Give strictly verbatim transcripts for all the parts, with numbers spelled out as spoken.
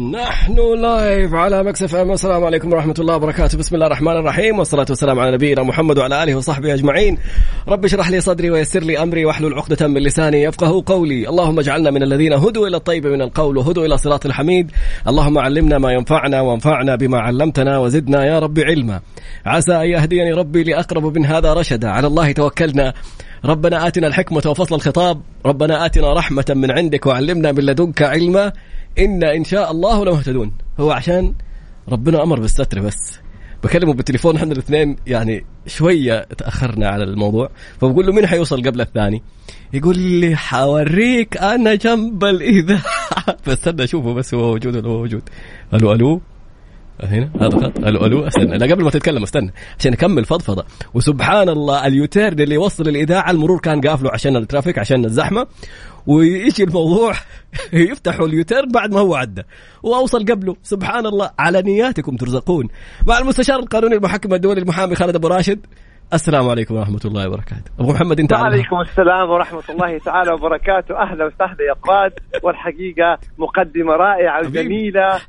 نحن لايف على مكس اف ام. السلام عليكم ورحمة الله وبركاته. بسم الله الرحمن الرحيم، والصلاة والسلام على نبينا محمد وعلى آله وصحبه أجمعين. رب اشرح لي صدري ويسر لي أمري واحلل عقدة من لساني يفقه قولي. اللهم اجعلنا من الذين هدوا إلى الطيب من القول وهدوا إلى صراط الحميد. اللهم علمنا ما ينفعنا وانفعنا بما علمتنا وزدنا يا رب علما. عسى أن يهديني ربي لأقرب من هذا رشدا. على الله توكلنا. ربنا آتنا الحكمة وفصل الخطاب. ربنا آتنا رحمة من عندك وعلمنا من لدنك علما. إنا إن شاء الله لمهتدون. هو عشان ربنا أمر بالستر بس بكلمه بالتليفون احنا الاثنين يعني شوية تأخرنا على الموضوع، فبقول له مين حيوصل قبل الثاني؟ يقول لي حوريك أنا جنب الإذاعة. فاستنى أشوفه بس هو موجود ولا هو موجود. ألو ألو هنا هذا خط. ألو ألو استنى، لا قبل ما تتكلم استنى عشان أكمل فضفضة. وسبحان الله اليوتيرن اللي يوصل الإذاعة المرور كان قافله عشان الترافيك عشان الزحمة، ويجي الموضوع يفتحوا اليوتيرن بعد ما هو عدى وأوصل قبله. سبحان الله، على نياتكم ترزقون. مع المستشار القانوني المحكم الدولي المحامي خالد أبو راشد. السلام عليكم ورحمة الله وبركاته. أبو محمد أنت. وعليكم السلام ورحمة الله تعالى وبركاته. أهلا وسهلا يا قاد. والحقيقة مقدمة رائعة وجميلة،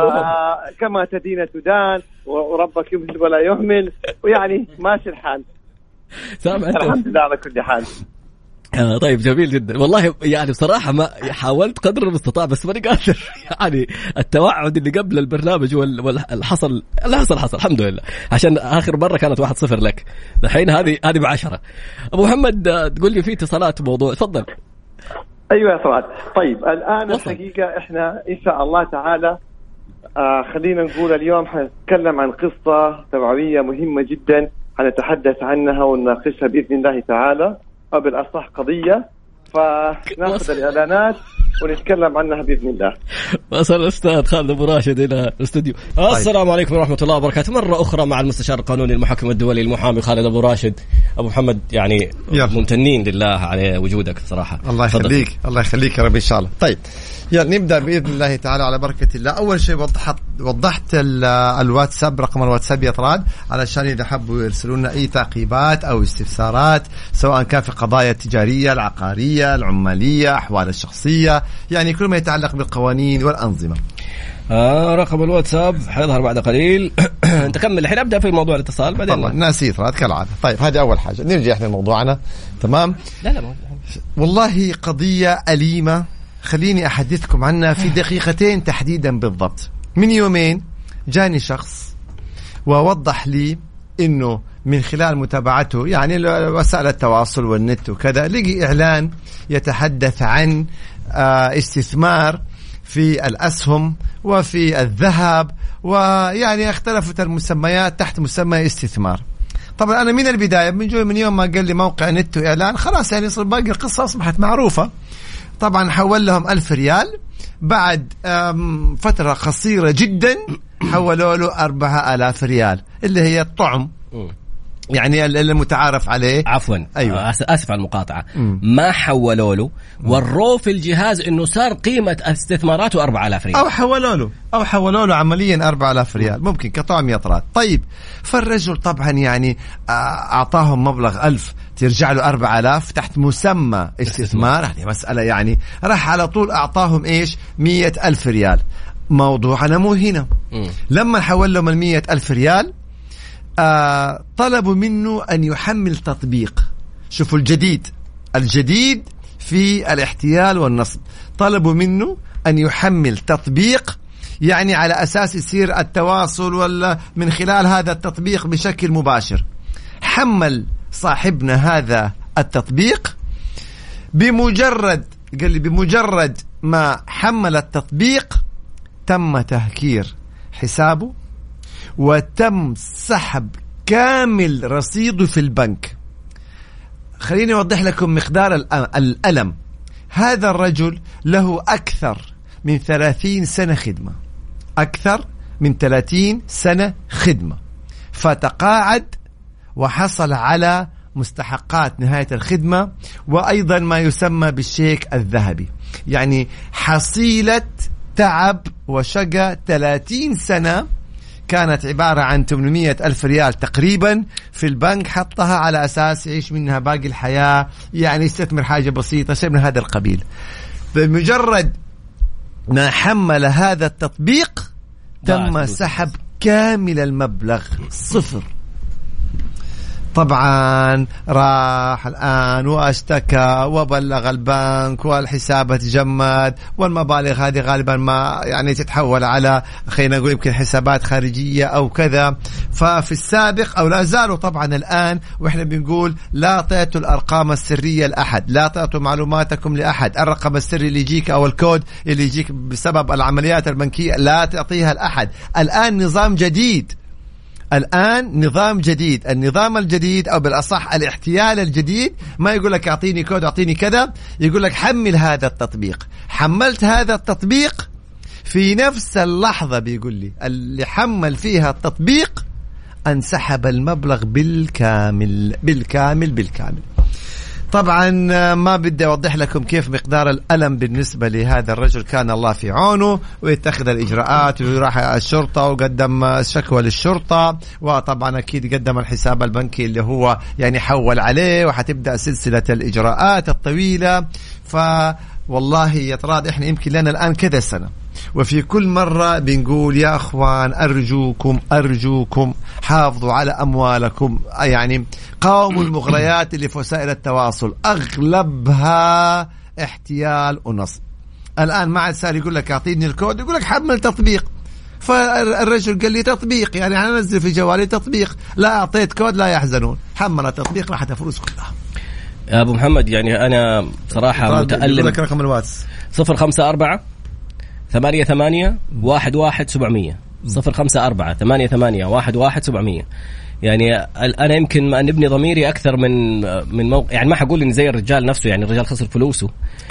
وكما تدين تدان وربك يمهل ولا يهمل، ويعني ماشي الحال. الحمد لله على كل حال. آه طيب جميل جدا والله. يعني بصراحة ما حاولت قدر المستطاع بس ماني قادر. يعني التوعد اللي قبل البرنامج والحصل اللي حصل حصل الحمد لله، عشان آخر مرة كانت واحد صفر لك، الحين هذه هذه بعشرة. أبو محمد تقول لي في اتصالات موضوع، تفضل. أيوة يا فؤاد. طيب الآن وصل. الحقيقة إحنا إن شاء الله تعالى آه خلينا نقول اليوم حنتكلم عن قصة توعوية مهمة جدا، حنتحدث عنها ونناقشها بإذن الله تعالى، أو بالأصح قضية، فناخذ الإعلانات ونتكلم عنها بإذن الله. وصل الأستاذ خالد أبو راشد إلى الاستوديو. السلام عليكم ورحمة الله وبركاته مرة أخرى مع المستشار القانوني المحكم الدولي المحامي خالد أبو راشد. أبو محمد يعني يلا. ممتنين لله على وجودك صراحة. الله يخليك. الله يخليك يا رب إن شاء الله. طيب يلا نبدأ بإذن الله تعالى على بركة الله. أول شيء وضحت وضحت الواتساب، رقم الواتساب يا طراد، علشان إذا حبوا يرسلوا لنا أي تعقيبات أو استفسارات سواء كان في قضايا التجارية العقارية العمالية أحوال الشخصية، يعني كل ما يتعلق بالقوانين والأنظمة. آه رقم الواتساب حيظهر بعد قليل. انت كمل الحين، ابدا في موضوع الاتصال بعدين. والله ناسي طراد كالعادة. طيب هذه أول حاجة، نرجع احنا لموضوعنا. تمام. لا لا والله قضية أليمة، خليني أحدثكم عنها في دقيقتين تحديدا بالضبط. من يومين جاني شخص ووضح لي إنه من خلال متابعته يعني وسائل التواصل والنت وكذا لقي إعلان يتحدث عن استثمار في الأسهم وفي الذهب، ويعني اختلفت المسميات تحت مسمى استثمار. طبعا أنا من البداية من جو من يوم ما قال لي موقع نت وإعلان خلاص يعني صار باقي القصة أصبحت معروفة. طبعا حول لهم ألف ريال، بعد فترة قصيرة جدا حولوا له أربعة آلاف ريال اللي هي الطعم يعني المتعارف عليه. عفوا أيوة. آسف على المقاطعة. م. ما حولوا له، وروه في الجهاز إنه صار قيمة استثماراته أربعة آلاف ريال، أو حولوا له أو حولوا له عمليا أربعة آلاف ريال ممكن كطعم يطرات. طيب فالرجل طبعا يعني أعطاهم مبلغ ألف ترجع له أربعة آلاف تحت مسمى استثمار. هذه مسألة يعني راح على طول أعطاهم إيش مية ألف ريال. موضوعنا مو هنا. م. لما حول لهم المية ألف ريال آه طلبوا منه أن يحمل تطبيق. شوفوا الجديد الجديد في الاحتيال والنصب، طلبوا منه أن يحمل تطبيق يعني على أساس يصير التواصل ولا من خلال هذا التطبيق بشكل مباشر. حمل صاحبنا هذا التطبيق، بمجرد قال لي بمجرد ما حمل التطبيق تم تهكير حسابه وتم سحب كامل رصيده في البنك. خليني أوضح لكم مقدار الألم. هذا الرجل له أكثر من ثلاثين سنة خدمة، أكثر من ثلاثين سنة خدمة، فتقاعد وحصل على مستحقات نهاية الخدمة وأيضا ما يسمى بالشيك الذهبي، يعني حصيلة تعب وشقى ثلاثين سنة كانت عبارة عن ثمانمية ألف ريال تقريبا في البنك، حطها على أساس يعيش منها باقي الحياة، يعني يستثمر حاجة بسيطة شيء من هذا القبيل. بمجرد ما حمل هذا التطبيق تم سحب كامل المبلغ صفر. طبعا راح الآن واشتكى وبلغ البنك والحساب تجمد، والمبالغ هذه غالبا ما يعني تتحول على خلينا نقول يمكن حسابات خارجية أو كذا. ففي السابق أو لا زالوا طبعا الآن وإحنا بنقول لا تعطوا الأرقام السرية لأحد، لا تعطوا معلوماتكم لأحد، الرقم السري اللي يجيك أو الكود اللي يجيك بسبب العمليات البنكية لا تعطيها لأحد. الآن نظام جديد، الآن نظام جديد، النظام الجديد أو بالأصح الاحتيال الجديد ما يقول لك أعطيني كود أعطيني كذا، يقول لك حمل هذا التطبيق. حملت هذا التطبيق في نفس اللحظة بيقول لي اللي حمل فيها التطبيق انسحب المبلغ بالكامل بالكامل بالكامل. طبعا ما بدي أوضح لكم كيف مقدار الألم بالنسبة لهذا الرجل، كان الله في عونه، ويتخذ الإجراءات ويروح الشرطة وقدم شكوى للشرطة، وطبعا أكيد قدم الحساب البنكي اللي هو يعني حول عليه، وحتبدأ سلسلة الإجراءات الطويلة. فوالله يا طراد إحنا يمكن لنا الآن كذا سنة وفي كل مرة بنقول يا أخوان أرجوكم أرجوكم حافظوا على أموالكم، يعني قاوموا المغريات اللي في وسائل التواصل أغلبها احتيال ونصب. الآن ما عاد صار يقول لك أعطيني الكود، يقول لك حمل تطبيق. فالرجل قال لي تطبيق يعني أنا أنزل في جوالي تطبيق، لا أعطيت كود لا يحزنون، حمل التطبيق راحت فلوس كلها. يا أبو محمد يعني أنا صراحة متألم. يقول لك رقم الواتس صفر خمسة أربعة ثمانية ثمانية واحد واحد سبعمية صفر خمسة أربعة ثمانية ثمانية واحد واحد سبعمية. يعني أنا يمكن ما نبني ضميري أكثر من من موقع، يعني ما حقول إن زي الرجال نفسه، يعني الرجال خسر فلوسه،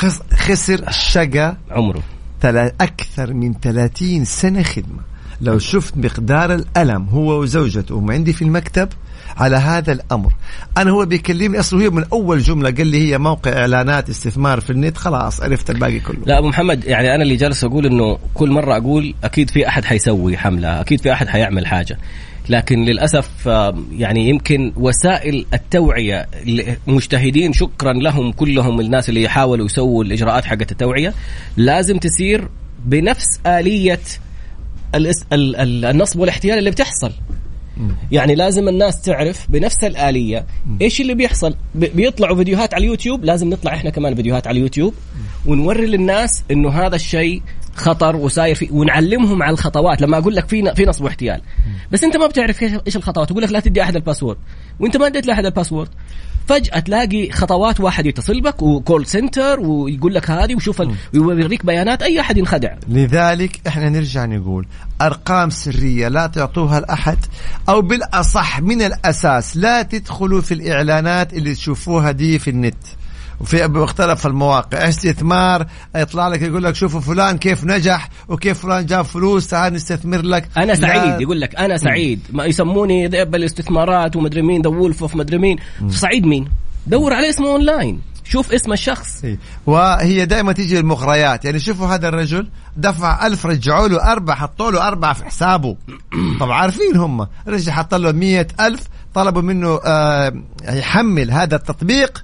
خسر شقة عمره أكثر من ثلاثين سنة خدمة. لو شفت مقدار الألم هو وزوجته وما عندي في المكتب على هذا الأمر. أنا هو بيكلمني أصله هي من أول جملة قال لي هي موقع إعلانات استثمار في النت، خلاص عرفت الباقي كله. لا أبو محمد يعني أنا اللي جالس أقول إنه كل مرة أقول أكيد في أحد حيسوي حملة، أكيد في أحد حيعمل حاجة، لكن للأسف يعني يمكن وسائل التوعية مجتهدين شكرا لهم كلهم، الناس اللي يحاولوا يسووا الإجراءات حقة التوعية لازم تسير بنفس آلية النصب والاحتيال اللي بتحصل. يعني لازم الناس تعرف بنفس الآلية إيش اللي بيحصل. بيطلعوا فيديوهات على اليوتيوب، لازم نطلع إحنا كمان فيديوهات على اليوتيوب ونوري للناس إنه هذا الشيء خطر وساير فيه، ونعلمهم على الخطوات. لما أقول لك في في نصب واحتيال بس أنت ما بتعرف إيش الخطوات، أقول لك لا تدي أحد الباسورد وأنت ما اديت لأحد الباسورد، فجأة تلاقي خطوات واحد يتصل بك وكول سنتر ويقول لك هذه وشوف ويوريك بيانات، أي أحد ينخدع. لذلك إحنا نرجع نقول أرقام سرية لا تعطوها لأحد، أو بالأصح من الأساس لا تدخلوا في الإعلانات اللي تشوفوها دي في النت وفي مختلف المواقع استثمار. يطلع لك يقول لك شوفوا فلان كيف نجح وكيف فلان جاب فلوس، تعال نستثمر لك. أنا سعيد يقول لك أنا سعيد، ما يسموني ذئب الاستثمارات ومدري مين، ذا وولف اوف مدري مين. سعيد مين؟ دور على اسمه أونلاين، شوف اسم الشخص. وهي دائما تيجي المغريات، يعني شوفوا هذا الرجل دفع ألف رجعوا له أربعة، حطوا له أربعة في حسابه. طبعا عارفين هم رجع حط له مية ألف، طلبوا منه آه يحمل هذا التطبيق،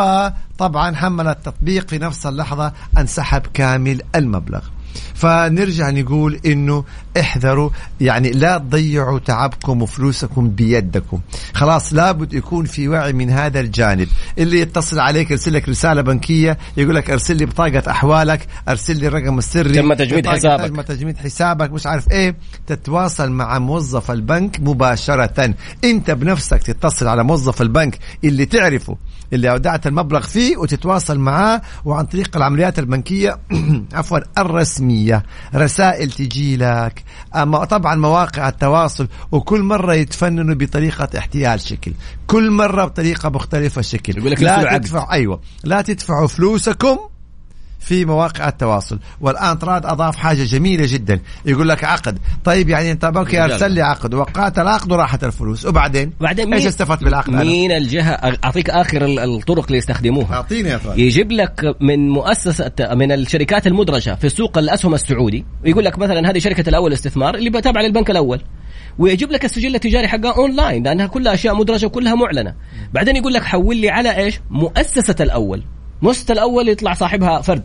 وطبعا حمل التطبيق في نفس اللحظة انسحب كامل المبلغ. فنرجع نقول إنه احذروا، يعني لا تضيعوا تعبكم وفلوسكم بيدكم. خلاص لابد يكون في وعي من هذا الجانب. اللي يتصل عليك يرسل لك رسالة بنكية يقول لك ارسل لي بطاقة أحوالك، ارسل لي الرقم السري، تم تجميد حسابك، تم تجميد حسابك، مش عارف ايه. تتواصل مع موظف البنك مباشرة، انت بنفسك تتصل على موظف البنك اللي تعرفه اللي أودعت المبلغ فيه وتتواصل معاه، وعن طريق العمليات البنكية عفوا الرسمية رسائل تجي لك. أما طبعا مواقع التواصل وكل مرة يتفننوا بطريقة احتيال شكل، كل مرة بطريقة مختلفة شكل. لا تدفع أيوة لا تدفعوا فلوسكم في مواقع التواصل. والآن طراد أضاف حاجة جميلة جدا، يقول لك عقد. طيب يعني أنت بوكي أرسل لي عقد وقعت العقد وراحت الفلوس، وبعدين بعدين إيش استفدت بالعقد؟ مين الجهة؟ أعطيك آخر الطرق اللي يستخدموها. أعطيني يا طراد. يجيب لك من مؤسسة من الشركات المدرجة في سوق الأسهم السعودي، ويقول لك مثلا هذه شركة الأول استثمار اللي بتابع للبنك الأول، ويجيب لك السجل التجاري حقها أونلاين لأنها كلها أشياء مدرجة وكلها معلنة. بعدين يقول لك حول لي على إيش؟ مؤسسة الأول. مؤسسة الأول يطلع صاحبها فرد،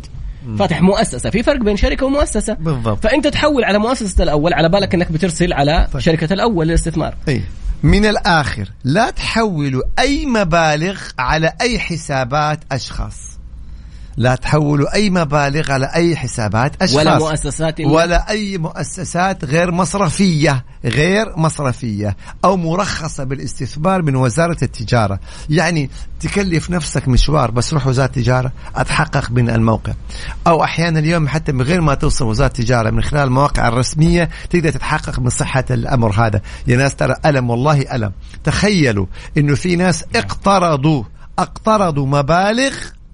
فاتح مؤسسة. في فرق بين شركة ومؤسسة بالضبط. فأنت تحول على مؤسسة الأول على بالك أنك بترسل على طيب. شركة الأول للاستثمار. أي. من الآخر لا تحولوا أي مبالغ على أي حسابات أشخاص، لا تحولوا أي مبالغ على أي حسابات أشخاص ولا مؤسسات ولا أي مؤسسات غير مصرفية غير مصرفية أو مرخصة بالاستثمار من وزارة التجارة. يعني تكلف نفسك مشوار بس روح وزارة التجارة أتحقق من الموقع، أو أحيانا اليوم حتى من غير ما توصل وزارة التجارة من خلال المواقع الرسمية تقدر تتحقق من صحة الأمر هذا. يا ناس ترى ألم، والله ألم. تخيلوا إنه في ناس اقترضوا اقترضوا مبالغ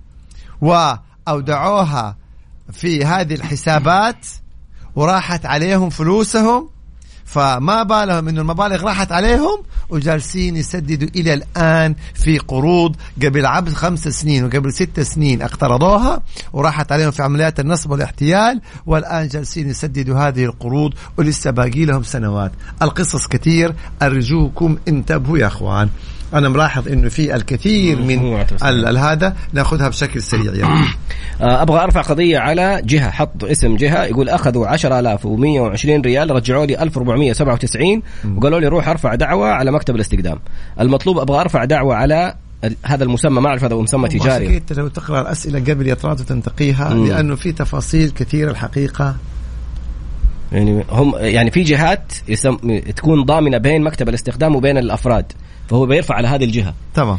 وأودعوها في هذه الحسابات وراحت عليهم فلوسهم، فما بالهم إنه المبالغ راحت عليهم وجالسين يسددوا إلى الآن في قروض قبل عبد خمس سنين وقبل ست سنين اقترضوها وراحت عليهم في عمليات النصب والاحتيال، والآن جالسين يسددوا هذه القروض ولسه باقي لهم سنوات. القصص كثير، أرجوكم انتبهوا يا أخوان. أنا ملاحظ إنه في الكثير من هذا نأخذها بشكل سريع. يعني أبغى أرفع قضية على جهة، حط اسم جهة يقول أخذوا عشرة آلاف ومية وعشرين ريال رجعوا لي ألف وأربعمية وسبعة وتسعين وقالوا لي روح أرفع دعوة على مكتب الاستقدام. المطلوب أبغى أرفع دعوة على هذا المسمى، ما أعرف هذا مسمى تجاري. أنت لو تقرأ الأسئلة قبل يطرات وتنتقيها مم. لأنه في تفاصيل كثيرة الحقيقة. يعني هم يعني في جهات يسم... تكون ضامنة بين مكتب الاستخدام وبين الأفراد، فهو بيرفع على هذه الجهة. تمام.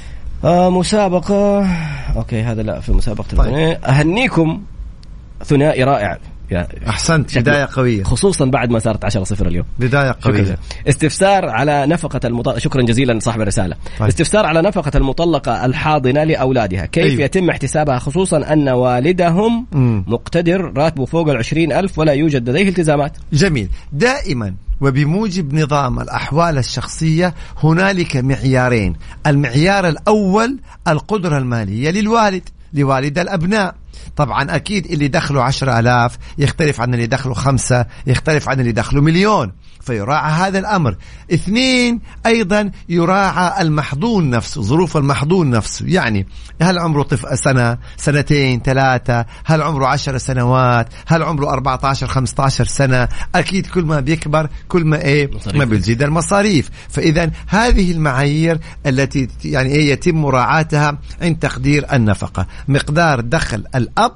آه مسابقة أوكي هذا لا في مسابقة طيب. أهنيكم ثنائي رائع. أحسنت، بداية قوية خصوصا بعد ما صارت عشرة صفر اليوم. بداية قوية. شكرا. استفسار على نفقة المطلقة. شكرا جزيلا صاحب الرسالة. طيب. استفسار على نفقة المطلقة الحاضنة لأولادها، كيف أيوه. يتم احتسابها خصوصا أن والدهم م. مقتدر راتبه فوق العشرين ألف ولا يوجد لديه التزامات. جميل. دائما وبموجب نظام الأحوال الشخصية هنالك معيارين. المعيار الأول القدرة المالية للوالد لوالد الأبناء. طبعا أكيد اللي دخله عشر ألاف يختلف عن اللي دخله خمسة، يختلف عن اللي دخله مليون، فيراعى هذا الأمر. اثنين، أيضا يراعى المحظون نفسه، ظروف المحظون نفسه. يعني هل عمره طفل سنة سنتين ثلاثة، هل عمره عشر سنوات، هل عمره أربعة عشر خمسة عشر سنة. أكيد كل ما بيكبر كل ما إيه ما بيزيد المصاريف. فإذا هذه المعايير التي يعني إيه يتم مراعاتها عند تقدير النفقة. مقدار دخل الأب،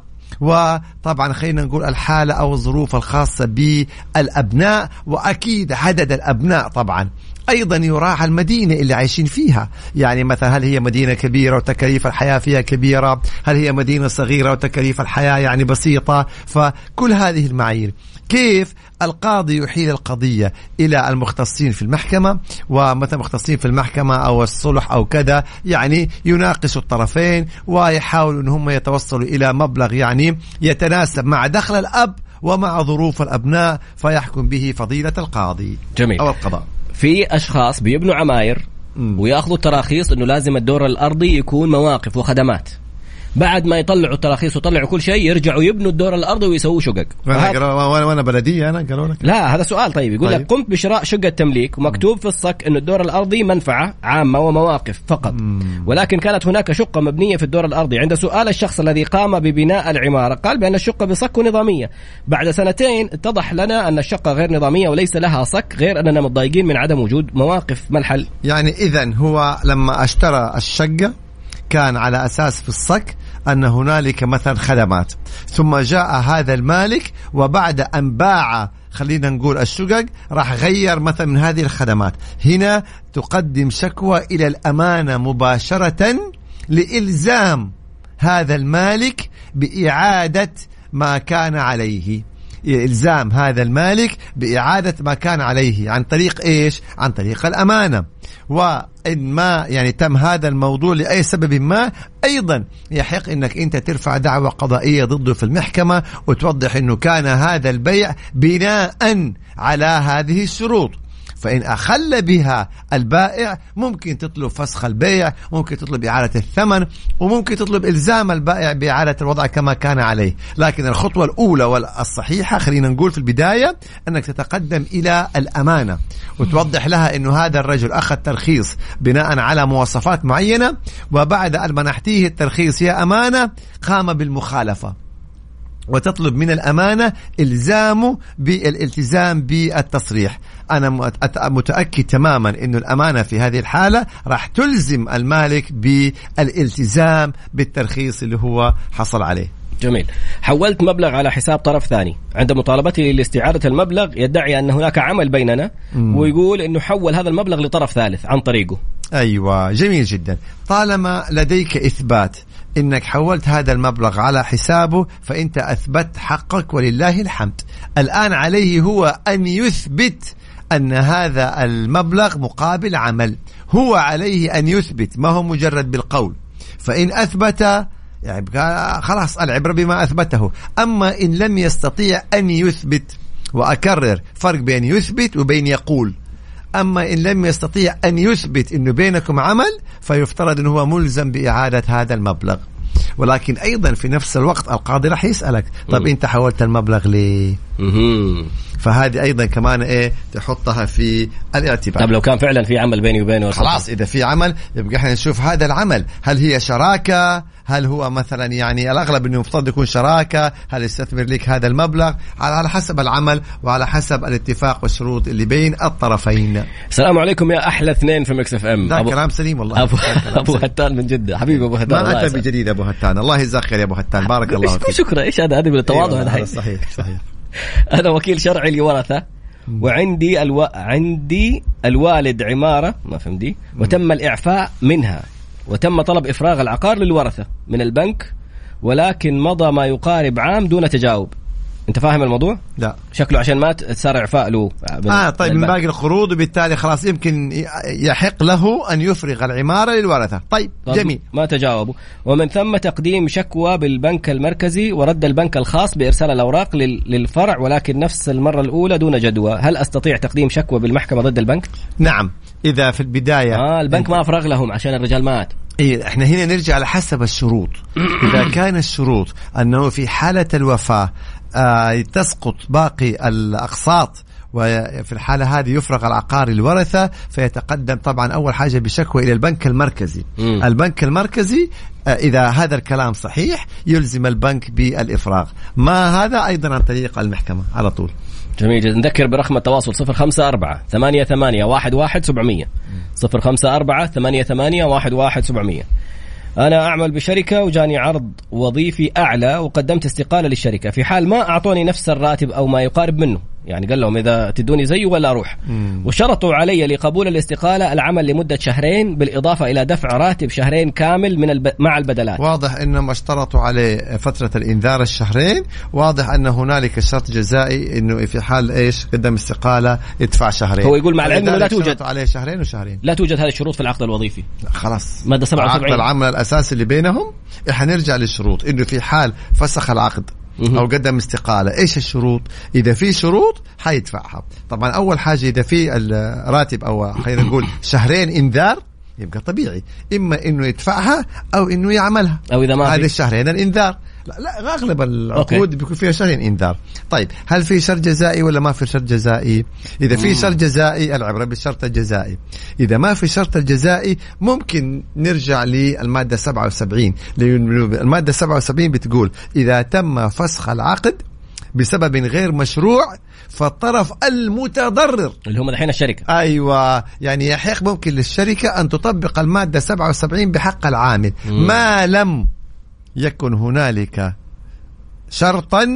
وطبعا خلينا نقول الحالة أو الظروف الخاصة بالأبناء، وأكيد عدد الأبناء. طبعا أيضا يراعى المدينة اللي عايشين فيها. يعني مثلا هل هي مدينة كبيرة وتكاليف الحياة فيها كبيرة، هل هي مدينة صغيرة وتكاليف الحياة يعني بسيطة. فكل هذه المعايير. كيف القاضي يحيل القضية إلى المختصين في المحكمة، ومتى مختصين في المحكمة أو الصلح أو كذا يعني يناقشوا الطرفين ويحاولوا أن هم يتوصلوا إلى مبلغ يعني يتناسب مع دخل الأب ومع ظروف الأبناء، فيحكم به فضيلة القاضي. جميل. أو القضاء. في أشخاص بيبنوا عماير ويأخذوا التراخيص أنه لازم الدور الأرضي يكون مواقف وخدمات. بعد ما يطلعوا التراخيص ويطلعوا كل شيء يرجعوا يبنوا الدور الأرضي ويسووا شقق. وانا وانا بلديه انا قالوا لك لا هذا سؤال. طيب يقول طيب. لك قمت بشراء شقة تمليك ومكتوب في الصك انه الدور الأرضي منفعة عامة ومواقف فقط، مم. ولكن كانت هناك شقة مبنية في الدور الأرضي. عند سؤال الشخص الذي قام ببناء العمارة قال بأن الشقة بصك ونظامية. بعد سنتين اتضح لنا أن الشقة غير نظامية وليس لها صك، غير أننا متضايقين من عدم وجود مواقف. ما الحل؟ يعني إذن هو لما اشترى الشقة كان على أساس في الصك أن هنالك مثلا خدمات، ثم جاء هذا المالك وبعد أن باع خلينا نقول الشقق راح غير مثلا من هذه الخدمات. هنا تقدم شكوى إلى الأمانة مباشرة لإلزام هذا المالك بإعادة ما كان عليه، إلزام هذا المالك بإعادة ما كان عليه عن طريق إيش؟ عن طريق الأمانة. وإن ما يعني تم هذا الموضوع لأي سبب ما، أيضا يحق أنك أنت ترفع دعوة قضائية ضده في المحكمة وتوضح أنه كان هذا البيع بناء على هذه الشروط. فإن أخل بها البائع ممكن تطلب فسخ البيع، ممكن تطلب إعادة الثمن، وممكن تطلب إلزام البائع بإعادة الوضع كما كان عليه. لكن الخطوة الأولى والصحيحة خلينا نقول في البداية أنك تتقدم إلى الأمانة وتوضح لها أنه هذا الرجل أخذ ترخيص بناء على مواصفات معينة، وبعد أن منحتيه الترخيص يا أمانة قام بالمخالفة. وتطلب من الأمانة إلزامه بالالتزام بالتصريح. أنا متأكد تماما أن الأمانة في هذه الحالة راح تلزم المالك بالالتزام بالترخيص اللي هو حصل عليه. جميل. حولت مبلغ على حساب طرف ثاني، عند مطالبته لاستعادة المبلغ يدعي أن هناك عمل بيننا م. ويقول أنه حول هذا المبلغ لطرف ثالث عن طريقه. أيوة جميل جدا. طالما لديك إثبات إنك حولت هذا المبلغ على حسابه فأنت أثبت حقك ولله الحمد. الآن عليه هو أن يثبت أن هذا المبلغ مقابل عمل، هو عليه أن يثبت، ما هو مجرد بالقول. فإن أثبت يعني خلاص العبرة بما أثبته. أما إن لم يستطيع أن يثبت، وأكرر فرق بين يثبت وبين يقول، أما إن لم يستطيع أن يثبت إنه بينكم عمل فيفترض إنه هو ملزم بإعادة هذا المبلغ. ولكن أيضا في نفس الوقت القاضي رح يسألك طب أنت حولت المبلغ ليه؟ فهذه أيضا كمان إيه تحطها في الاعتبار. طب لو كان فعلا في عمل بيني وبينه خلاص، إذا في عمل يبقى احنا نشوف هذا العمل هل هي شراكة، هل هو مثلا يعني الأغلب إنه مفترض يكون شراكة، هل يستثمر لك هذا المبلغ على حسب العمل وعلى حسب الاتفاق والشروط اللي بين الطرفين. السلام عليكم يا أحلى اثنين في ميكس اف ام. ده أبو... كلام سليم والله. أبو, أبو هتان من جدة حبيبي أبو هتان. ما أنت بجديد أبو هتان، الله يجزاك خير يا أبو هتان، بارك الله فيك. شكرا. إيش هذا؟ هذا بالتواضع. أيوة هذا صحيح صحيح. أنا وكيل شرعي لورثة وعندي الو... عندي الوالد عمارة ما فهمتي، وتم الإعفاء منها وتم طلب إفراغ العقار للورثة من البنك، ولكن مضى ما يقارب عام دون تجاوب. انت فاهم الموضوع؟ لا شكله عشان ما صار إعفاء له. اه طيب من باقي القروض، وبالتالي خلاص يمكن يحق له أن يفرغ العمارة للورثة. طيب جميل. ما تجاوبوا، ومن ثم تقديم شكوى بالبنك المركزي ورد البنك الخاص بإرسال الأوراق للفرع، ولكن نفس المرة الأولى دون جدوى. هل أستطيع تقديم شكوى بالمحكمة ضد البنك؟ نعم إذا في البداية آه البنك ما أفرغ لهم عشان الرجال مات. إيه احنا هنا نرجع على حسب الشروط. إذا كان الشروط أنه في حالة الوفاة آه تسقط باقي الأقساط وفي الحالة هذه يفرغ العقار الورثة، فيتقدم طبعا أول حاجة بشكوى إلى البنك المركزي. م. البنك المركزي آه إذا هذا الكلام صحيح يلزم البنك بالإفراغ، ما هذا أيضا عن طريق المحكمة على طول. جميل. نذكر برقم التواصل صفر خمسة أربعة ثمانية ثمانية واحد واحد سبعمية صفر خمسة أربعة ثمانية ثمانية واحد واحد سبعمية. أنا أعمل بشركة وجاني عرض وظيفي أعلى وقدمت استقالة للشركة في حال ما أعطوني نفس الراتب أو ما يقارب منه، يعني قال لهم إذا تدوني زيه ولا أروح. مم. وشرطوا علي لقبول الاستقالة العمل لمدة شهرين بالإضافة إلى دفع راتب شهرين كامل من الب... مع البدلات. واضح إنهم اشترطوا عليه فترة الإنذار الشهرين. واضح أن هنالك شرط جزائي إنه في حال إيش قدم استقالة يدفع شهرين. هو يقول مع العلم إنه لا توجد عليه شهرين وشهرين، لا توجد هذه الشروط في العقد الوظيفي. خلاص مادة سبعة وسبعين عقد العمل الأساسي اللي بينهم. إحنا نرجع للشروط إنه في حال فسخ العقد أو قدم استقالة إيش الشروط؟ إذا في شروط حيدفعها. طبعا أول حاجة إذا في الراتب أو خلينا نقول شهرين إنذار يبقى طبيعي إما إنه يدفعها أو إنه يعملها، أو إذا ما هذه الشهرين الإنذار. لا, لا أغلب العقود بيكون فيها شهرين إنذار. طيب هل في شرط جزائي ولا ما في شرط جزائي؟ إذا في شرط جزائي العبرة بالشرط الجزائي، إذا ما في شرط الجزائي ممكن نرجع للمادة سبعة وسبعين. المادة سبعة وسبعين بتقول إذا تم فسخ العقد بسبب غير مشروع فالطرف المتضرر اللي هم الحين الشركة، أيوة يعني يحق ممكن للشركة أن تطبق المادة سبعة وسبعين بحق العامل مم. ما لم يكن هنالك شرطا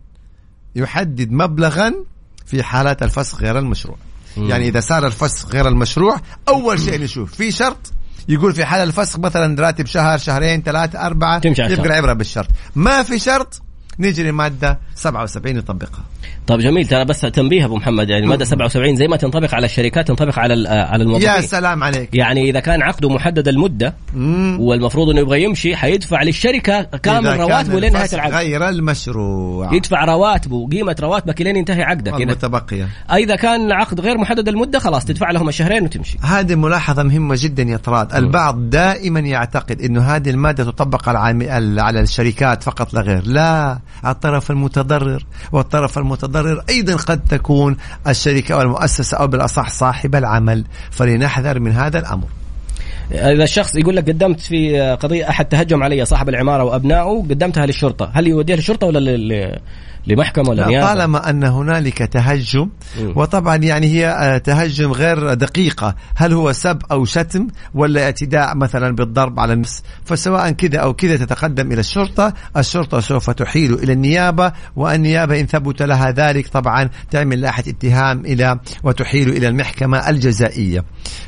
يحدد مبلغا في حالات الفسخ غير المشروع. مم. يعني إذا صار الفسخ غير المشروع أول شيء نشوف في شرط يقول في حال الفسخ مثلا راتب شهر شهرين ثلاثة أربعة يبقى العبرة بالشرط. ما في شرط نجري مادة سبعة وسبعين نطبقها. طب جميل. ترى بس تنبيه أبو محمد، يعني مادة سبعة وسبعين زي ما تنطبق على الشركات تنطبق على على الموظفين. يا سلام عليك. يعني إذا كان عقده محدد المدة مم. والمفروض إنه يبغى يمشي حيدفع للشركة كامل رواتبه لين نهاية العقد غير المشروع، يدفع رواتبه قيمة رواتبك لين ينتهي عقدك المتبقية. إذا كان عقد غير محدد المدة خلاص تدفع لهم الشهرين وتمشي. هذه ملاحظة مهمة جدا يا طراد. البعض دائما يعتقد إنه هذه المادة تطبق على على الشركات فقط لا غير. لا، الطرف المتضرر، والطرف المتضرر أيضا قد تكون الشركة أو المؤسسة أو بالأصح صاحب العمل، فلنحذر من هذا الأمر. إذا الشخص يقول لك قدمت في قضية أحد تهجم علي صاحب العمارة وأبنائه، قدمتها للشرطة، هل يوديها للشرطة ولا لل لمحكمة ولا نيابة؟ طالما أن هنالك تهجم، وطبعا يعني هي تهجم غير دقيقة، هل هو سب أو شتم ولا اعتداء مثلا بالضرب على النفس، فسواء كذا أو كذا تتقدم إلى الشرطة، الشرطة سوف تحيل إلى النيابة، والنيابة إن ثبت لها ذلك طبعا تعمل لائحة اتهام إلى وتحيل إلى المحكمة الجزائية.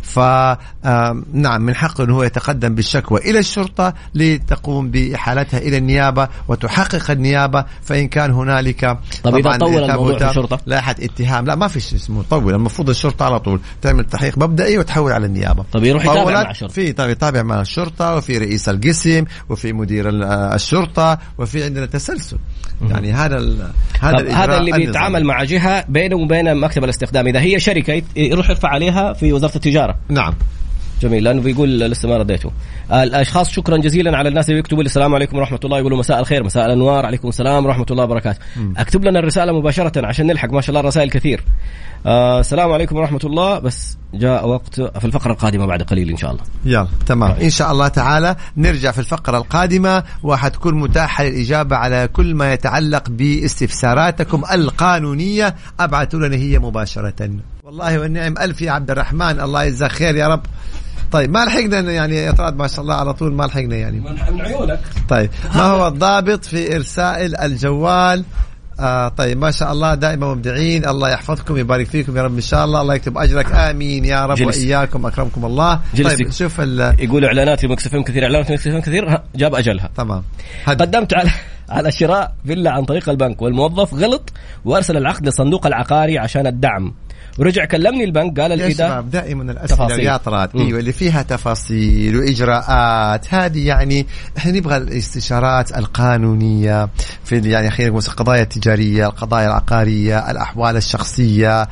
فنعم من حقه أنه هو يتقدم بالشكوى إلى الشرطة لتقوم بإحالتها إلى النيابة وتحقق النيابة، فإن كان هنالك طب إذا طول الموضوع في الشرطة لائحة اتهام، لا ما فيش اسمه طول، المفروض الشرطة على طول تعمل تحقيق مبدئي وتحول على النيابة. طب يروح يتابع مع الشرطة، في طب يتابع مع الشرطة، وفي رئيس القسم، وفي مدير الشرطة، وفي عندنا تسلسل. يعني هذا هذا هذا اللي بيتعامل مع جهة بينه وبين مكتب الاستخدام، إذا هي شركة يروح يرفع عليها في وزارة التجارة. نعم جميل، لأنه بيقول لسه ما رديته. الأشخاص شكرا جزيلا على الناس اللي يكتبوا لي السلام عليكم ورحمة الله، يقولوا مساء الخير، مساء الأنوار، عليكم السلام ورحمة الله وبركاته. م. أكتب لنا الرسالة مباشرة عشان نلحق، ما شاء الله الرسائل كثير. آه السلام عليكم ورحمة الله، بس جاء وقت في الفقرة القادمة بعد قليل إن شاء الله. يلا تمام إن شاء الله تعالى نرجع في الفقرة القادمة، وحتكون متاحة الإجابة على كل ما يتعلق باستفساراتكم القانونية. أبعثوا لنا هي مباشرة. والله والنعم ألف يا عبد الرحمن، الله يجزاك خير يا رب. طيب ما لحقنا يعني اطراد ما شاء الله على طول ما لحقنا يعني من عيونك. طيب ما هو الضابط في إرسال الجوال؟ آه طيب ما شاء الله دائما مبدعين، الله يحفظكم يبارك فيكم يا رب إن شاء الله، الله يكتب أجرك آمين يا رب جلس. وإياكم أكرمكم الله. طيب شوف يقول إعلانات المكسفين كثير، إعلانات المكسفين كثير جاب أجلها. تمام هد. قدمت على على شراء فيلا عن طريق البنك، والموظف غلط وأرسل العقد للصندوق العقاري عشان الدعم، ورجع كلمني البنك قال الإدارة دائما الأسئلة يا طراد أيوة اللي فيها تفاصيل وإجراءات، هذه يعني إحنا نبغى الاستشارات القانونية في يعني خلينا نقول القضايا التجارية، القضايا العقارية، الأحوال الشخصية،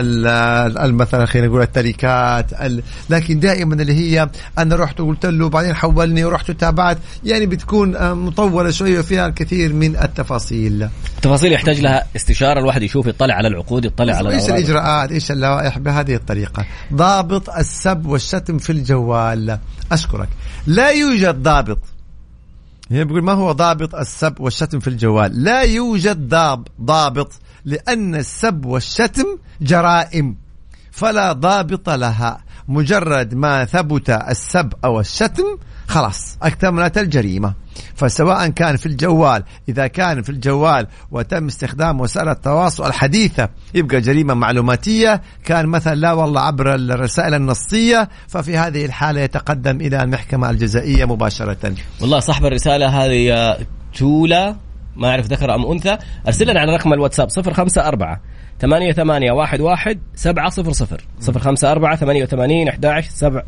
مثلا خلينا نقول التركات، لكن دائما اللي هي أنا رحت وقلت له بعدين حولني ورحت وتابعت، يعني بتكون مطولة شوية وفيها الكثير من التفاصيل. التفاصيل يحتاج لها استشارة، الواحد يشوف يطلع على العقود، يطلع على إيش الإجراءات، إيش اللوائح بهذه الطريقة. ضابط السب والشتم في الجوال، أشكرك. لا يوجد ضابط، هي بيقول ما هو ضابط السب والشتم في الجوال؟ لا يوجد ضاب ضابط، لأن السب والشتم جرائم فلا ضابط لها، مجرد ما ثبت السب أو الشتم خلاص اكتملت الجريمة. فسواء كان في الجوال، إذا كان في الجوال وتم استخدام وسائل التواصل الحديثة يبقى جريمة معلوماتية، كان مثلا لا والله عبر الرسائل النصية، ففي هذه الحالة يتقدم إلى المحكمة الجزائية مباشرة. والله صاحب الرسالة هذه تولا ما أعرف ذكر أم أنثى، أرسلنا على رقم الواتساب صفر خمسة أربعة ثمانية ثمانية واحد واحد سبعة صفر صفر صفر خمسة أربعة ثمانية ثمانين أحد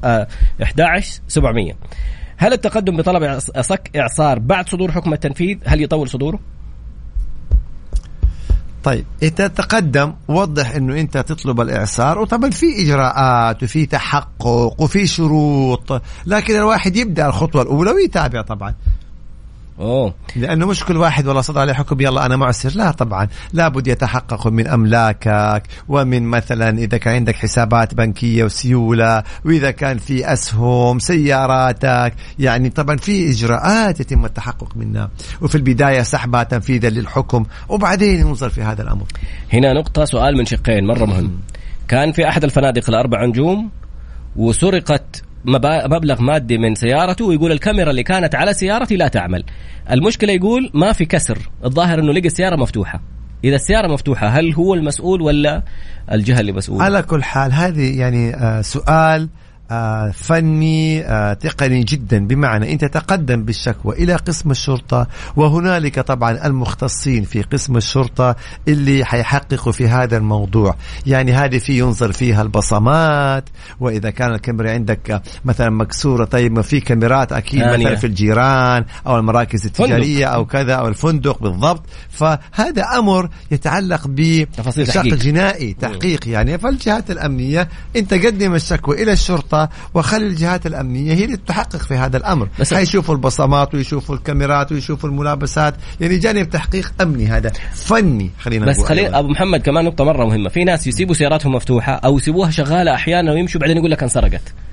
عشر سبعمية. هل التقدم بطلب صك إعصار بعد صدور حكم التنفيذ هل يطول صدوره؟ طيب إذا تقدم وضح إنه أنت تطلب الإعصار، وطبعا في إجراءات وفي تحقق وفي شروط، لكن الواحد يبدأ الخطوة الأولى ويتابع طبعا. أوه. لأنه مش كل واحد ولا صدر عليه حكم يلا أنا معسر، لا طبعا لابد يتحقق من أملاكك، ومن مثلا إذا كان عندك حسابات بنكية وسيولة، وإذا كان في أسهم سياراتك، يعني طبعا في إجراءات يتم التحقق منها، وفي البداية سحبها تنفيذا للحكم، وبعدين ينظر في هذا الأمر. هنا نقطة سؤال من شقين مرة مهم. كان في أحد الفنادق الأربع نجوم وسرقت مبلغ مادي من سيارته، ويقول الكاميرا اللي كانت على سيارتي لا تعمل. المشكلة يقول ما في كسر، الظاهر انه لقى السيارة مفتوحة. اذا السيارة مفتوحة هل هو المسؤول ولا الجهة اللي مسؤولة؟ على كل حال هذه يعني آه سؤال آه فني آه تقني جدا، بمعنى أنت تقدم بالشكوى إلى قسم الشرطة، وهنالك طبعا المختصين في قسم الشرطة اللي حيحققوا في هذا الموضوع. يعني هذه في ينظر فيها البصمات، وإذا كان الكاميرا عندك مثلا مكسورة، طيب ما في كاميرات أكيد آنية. مثلا في الجيران أو المراكز التجارية فندق. أو كذا أو الفندق بالضبط. فهذا أمر يتعلق بشق جنائي تحقيق يعني. فالجهات الأمنية أنت قدم الشكوى إلى الشرطة، وخلي الجهات الأمنية هي اللي تحقق في هذا الأمر، هيشوفوا البصمات ويشوفوا الكاميرات ويشوفوا الملابسات، يعني جانب تحقيق أمني هذا فني. خلينا بس خلي أبو محمد كمان نقطة مرة مهمة، في ناس يسيبوا سياراتهم مفتوحة أو يسيبوها شغالة أحيانا ويمشوا بعدين يقول لك انسرقت،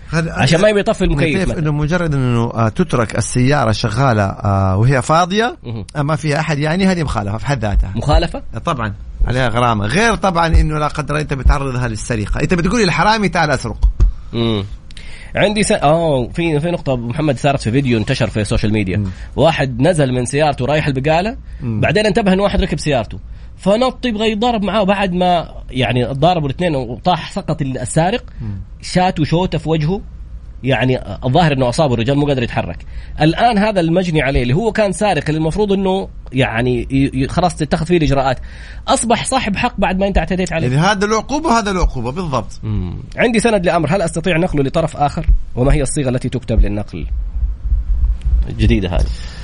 عشان ما يطفي المكيف. إنه مجرد إنه تترك السيارة شغالة وهي فاضية ما فيها أحد، يعني هذه مخالفة في حد ذاتها. مخالفة طبعا عليها غرامة، غير طبعا إنه لا قدر أنت بتعرضها للسرقة، أنت بتقولي الحرامي تعال أسرق. امم عندي س... اه في في نقطة محمد صارت في فيديو انتشر في السوشيال ميديا. م. واحد نزل من سيارته رايح البقالة، م. بعدين انتبه ان واحد ركب سيارته فنط يبغى يضارب معاه، بعد ما يعني ضاربوا الاثنين وطاح سقط السارق، شات وشوته في وجهه، يعني الظاهر انه اصابه الرجال مو قادر يتحرك. الان هذا المجني عليه اللي هو كان سارق اللي المفروض انه يعني خلاص تتخذ فيه الاجراءات، اصبح صاحب حق بعد ما انت اعتديت عليه. يعني هذا العقوبه هذا العقوبه بالضبط. مم. عندي سند لامر، هل استطيع نقله لطرف اخر؟ وما هي الصيغه التي تكتب للنقل؟ جديده هذه.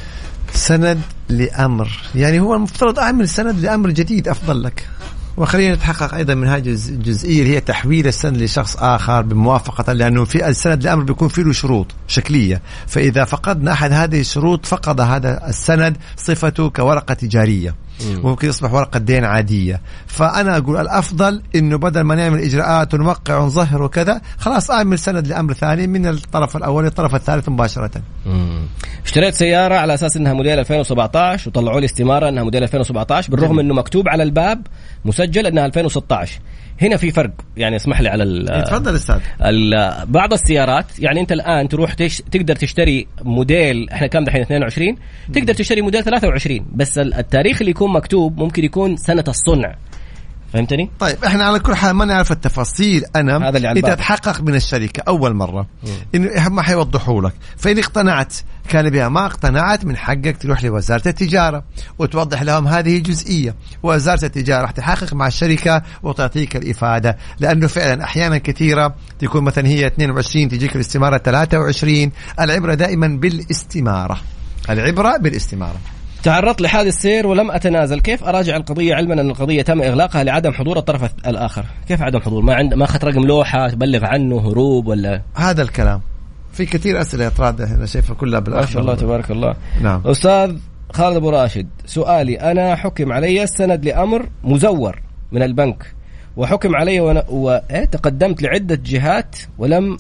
سند لامر يعني هو المفترض اعمل سند لامر جديد افضل لك. وخلينا نتحقق أيضا من هذه الجزئية اللي هي تحويل السند لشخص آخر بموافقة، لأنه في السند الأمر بيكون فيه له شروط شكلية، فإذا فقدنا أحد هذه الشروط فقد هذا السند صفته كورقة تجارية، ممكن يصبح ورقة دين عادية. فأنا أقول الأفضل إنه بدل ما نعمل إجراءات ونوقع ونظهر وكذا، خلاص أعمل سند لأمر ثاني من الطرف الأول للطرف الثالث مباشرة. مم. اشتريت سيارة على أساس إنها موديل ألفين وسبعة عشر وطلعوا لي استمارة إنها موديل ألفين وسبعة عشر، بالرغم إنه مكتوب على الباب مسجل إنها ألفين وستة عشر. هنا في فرق، يعني اسمح لي على تفضل استاذ. بعض السيارات يعني انت الان تروح تش... تقدر تشتري موديل، احنا كام دحين اثنين وعشرين، تقدر تشتري موديل ثلاثة وعشرين، بس التاريخ اللي يكون مكتوب ممكن يكون سنة الصنع. فهمتني؟ طيب احنا على كل حال ما نعرف التفاصيل. انا اذا تحقق من الشركه اول مره انه ما حيوضحوا لك، فان اقتنعت كان بها، ما اقتنعت من حقك تروح لوزاره التجاره وتوضح لهم هذه جزئيه، ووزاره التجاره راح تحقق مع الشركه وتعطيك الافاده، لانه فعلا احيانا كثيره تكون مثلا هي اثنين وعشرين تجيك الاستماره ثلاثة وعشرين. العبره دائما بالاستماره، العبره بالاستماره. تعرضت لحادث سير ولم أتنازل، كيف أراجع القضية علما أن القضية تم إغلاقها لعدم حضور الطرف الآخر؟ كيف عدم حضور؟ ما عند ما أخذت رقم لوحة تبلغ عنه، هروب ولا هذا الكلام؟ في كثير أسئلة يا طراد أنا شايفها كلها بالأخر. ما شاء الله تبارك الله. نعم. أستاذ خالد أبو راشد، سؤالي أنا حكم علي السند لأمر مزور من البنك وحكم علي وأنا وتقدمت لعدة جهات ولم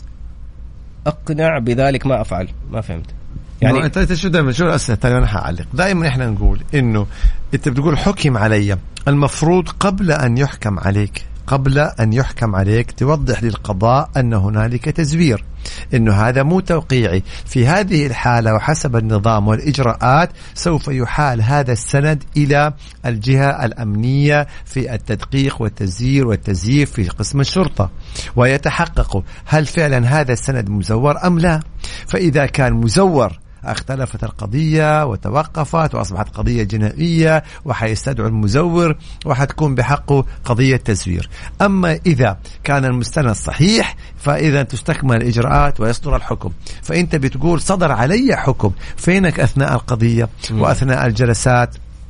أقنع بذلك، ما أفعل؟ ما فهمت يعني انت شو دائما شو الاسئله الثانيه؟ انا هعلق دائما. احنا نقول انه انت بتقول حكم علي، المفروض قبل ان يحكم عليك قبل ان يحكم عليك توضح للقضاء ان هنالك تزوير، انه هذا مو توقيعي. في هذه الحاله وحسب النظام والاجراءات سوف يحال هذا السند الى الجهه الامنيه في التدقيق والتزوير والتزييف في قسم الشرطه، ويتحققوا هل فعلا هذا السند مزور ام لا. فاذا كان مزور اختلفت القضية وتوقفت وأصبحت قضية جنائية وحيستدعوا المزور وحتكون بحقه قضية تزوير. أما إذا كان المستند صحيح فإذا تستكمل الإجراءات ويصدر الحكم. فأنت بتقول صدر علي حكم، فينك أثناء القضية وأثناء الجلسات؟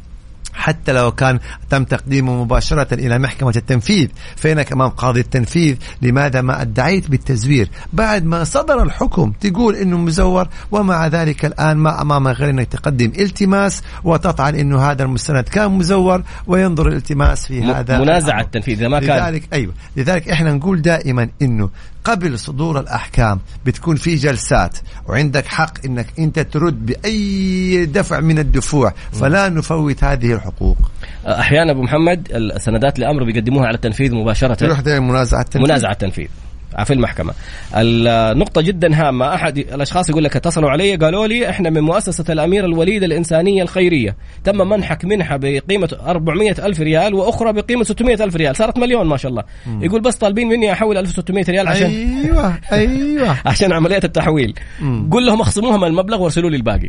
حتى لو كان تم تقديمه مباشرة إلى محكمة التنفيذ، فإنك أمام قاضي التنفيذ لماذا ما ادعيت بالتزوير بعد ما صدر الحكم تقول إنه مزور، ومع ذلك الآن ما أمام غير أنك تقدم التماس وتطعن إنه هذا المستند كان مزور وينظر الالتماس في هذا منازعة التنفيذ إذا ما كان. لذلك أيوة لذلك إحنا نقول دائما إنه قبل صدور الأحكام بتكون في جلسات وعندك حق إنك أنت ترد بأي دفع من الدفوع، فلا نفوت هذه الحقوق. أحيانا أبو محمد السندات لأمر بيقدموها على التنفيذ مباشرة، تروح دائما منازعة التنفيذ. منازعة التنفيذ في المحكمة. النقطة جدا هامة، أحد الأشخاص يقول لك اتصلوا علي قالوا لي إحنا من مؤسسة الأمير الوليد الإنسانية الخيرية تم منحك منحة بقيمة أربعمائة ألف ريال وأخرى بقيمة ستمائة ألف ريال، صارت مليون ما شاء الله. مم. يقول بس طالبين مني أحول ألف وستمائة ريال عشان أيوة أيوة عشان عملية التحويل. مم. قل لهم اخصموها من المبلغ وارسلوا لي الباقي.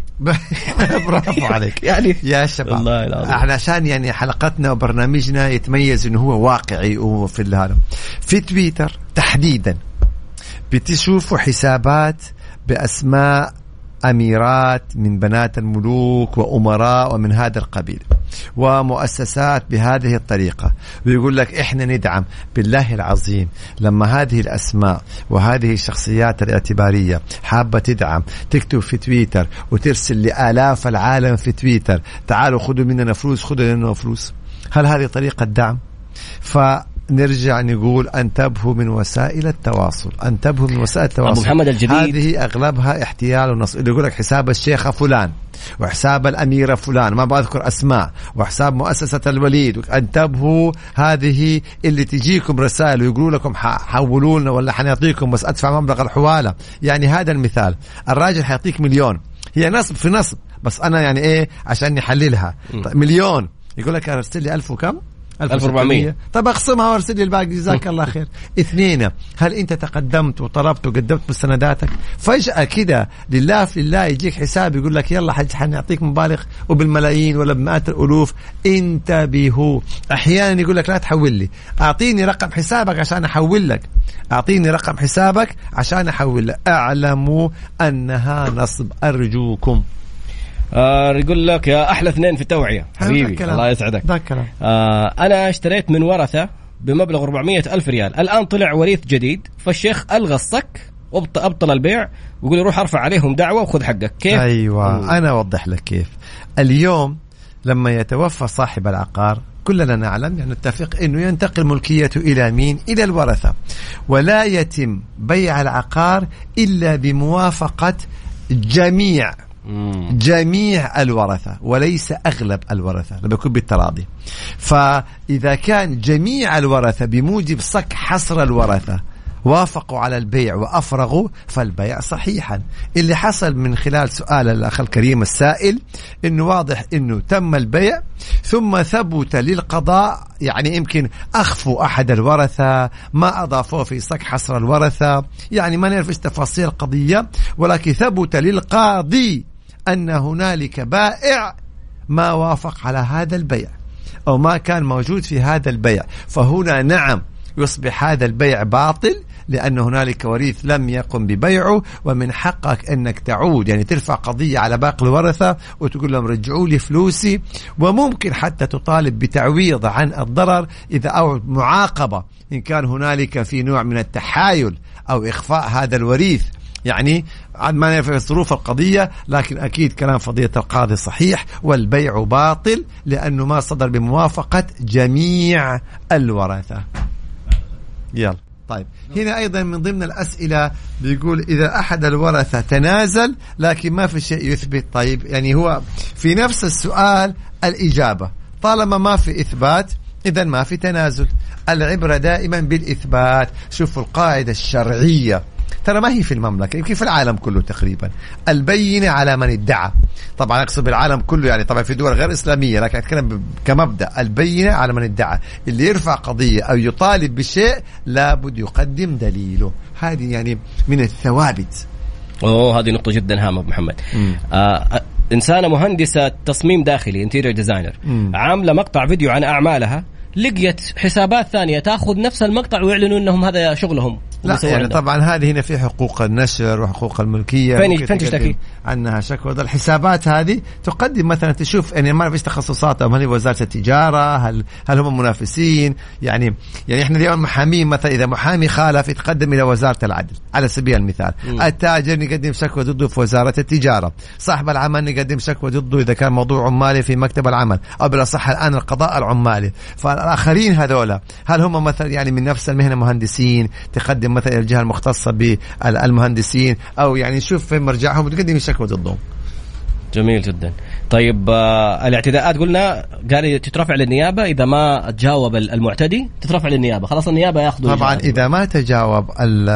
برافو عليك يعني يا شباب، احنا عشان يعني حلقتنا وبرنامجنا يتميز إنه هو واقعي وفي هذا. في تويتر تحديدا بتشوفوا حسابات بأسماء أميرات من بنات الملوك وأمراء ومن هذا القبيل ومؤسسات بهذه الطريقة، ويقول لك إحنا ندعم. بالله العظيم لما هذه الأسماء وهذه الشخصيات الاعتبارية حابة تدعم تكتب في تويتر وترسل لآلاف العالم في تويتر تعالوا خذوا مننا فلوس خذوا مننا فلوس، هل هذه طريقة دعم؟ ف نرجع نقول انتبهوا من وسائل التواصل، انتبهوا من وسائل التواصل. أبو محمد الجديد هذه اغلبها احتيال ونصب، اللي يقول لك حساب الشيخة فلان وحساب الأميرة فلان، ما بذكر أسماء، وحساب مؤسسة الوليد. انتبهوا، هذه اللي تجيكم رسائل ويقولوا لكم حولوا لنا ولا حنعطيكم بس أدفع مبلغ الحوالة. يعني هذا المثال، الراجل حيعطيك مليون، هي نصب في نصب، بس أنا يعني إيه عشان نحللها. طيب مليون يقول لك أرسل لي ألف وكم؟ ألف وأربعمية. طب اخصمها وارسل لي الباقي جزاك الله خير. اثنين، هل انت تقدمت وطلبت وقدمت مستنداتك؟ فجأة كده لله في الله يجيك حساب يقول لك يلا حج حنعطيك مبالغ وبالملايين ولا بمئات الالوف. انتبهوا، احيانا يقول لك لا تحول لي، اعطيني رقم حسابك عشان احول لك، اعطيني رقم حسابك عشان احول لك. اعلموا انها نصب، ارجوكم. آه يقول لك يا أحلى اثنين في التوعية حبيبي الله يسعدك. آه أنا اشتريت من ورثة بمبلغ أربعمية ألف ريال، الآن طلع وريث جديد فالشيخ ألغى الصك وأبطل البيع ويقول روح أرفع عليهم دعوة وخذ حقك. كيف؟ أيوة و... أنا أوضح لك كيف. اليوم لما يتوفى صاحب العقار كلنا نعلم يعني نتفق أنه ينتقل ملكيته إلى مين؟ إلى الورثة، ولا يتم بيع العقار إلا بموافقة جميع جميع الورثة وليس أغلب الورثة، لما يكون بالتراضي. فإذا كان جميع الورثة بموجب صك حصر الورثة وافقوا على البيع وأفرغوا فالبيع صحيحا. اللي حصل من خلال سؤال الأخ الكريم السائل إنه واضح إنه تم البيع ثم ثبت للقضاء، يعني يمكن أخفوا أحد الورثة، ما أضافوه في صك حصر الورثة، يعني ما نعرف إيش تفاصيل القضية، ولكن ثبت للقاضي أن هنالك بائع ما وافق على هذا البيع أو ما كان موجود في هذا البيع، فهنا نعم يصبح هذا البيع باطل لأن هنالك وريث لم يقم ببيعه، ومن حقك أنك تعود يعني ترفع قضية على باقي الورثة وتقول لهم رجعوا لي فلوسي، وممكن حتى تطالب بتعويض عن الضرر إذا أو معاقبة إن كان هنالك في نوع من التحايل أو إخفاء هذا الوريث. يعني ما نعرف ظروف القضية، لكن أكيد كلام فضيلة القاضي صحيح، والبيع باطل لأنه ما صدر بموافقة جميع الورثة. يلا طيب، هنا أيضا من ضمن الأسئلة بيقول إذا أحد الورثة تنازل لكن ما في شيء يثبت. طيب يعني هو في نفس السؤال الإجابة، طالما ما في إثبات إذا ما في تنازل. العبرة دائما بالإثبات. شوفوا القاعدة الشرعية ترى ما هي في المملكة، يمكن في العالم كله تقريبا، البينة على من ادعى. طبعا أقصد بالعالم كله، يعني طبعا في دول غير إسلامية، لكن أتكلم كمبدأ البينة على من ادعى. اللي يرفع قضية أو يطالب بشيء لابد يقدم دليله. هذه يعني من الثوابت. أوه هذه نقطة جدا هامة محمد. آه إنسانة مهندسة تصميم داخلي انتيريور ديزاينر عاملة مقطع فيديو عن أعمالها، لقيت حسابات ثانية تأخذ نفس المقطع ويعلنوا أنهم هذا شغلهم. لا يعني عندهم. طبعا هذه هنا في حقوق النشر وحقوق الملكية، فين فين تشتكي عنها شكوى. الحسابات هذه تقدم مثلا تشوف يعني ما فيش تخصصاتهم، هل هي وزارة التجارة، هل هل هم منافسين، يعني يعني احنا اليوم محامين مثلا إذا محامي خالف يتقدم إلى وزارة العدل على سبيل المثال. م. التاجر نقدم شكوى ضده في وزارة التجارة، صاحب العمل نقدم شكوى ضده إذا كان موضوع عمالي في مكتب العمل، أو بالأصح الآن القضاء العمالي. فالآخرين هذولا هل هم مثلا يعني من نفس المهنة مهندسين، تقدم مثلا الجهة المختصة بالمهندسين، أو يعني شوف فين مرجعهم وتقدم شكوى ضدهم. جميل جدا. طيب آه الاعتداءات قلنا قال تترفع للنيابة، إذا ما تجاوب المعتدي تترفع للنيابة، خلاص النيابة ياخذوا طبعا الجهة. إذا ما تجاوب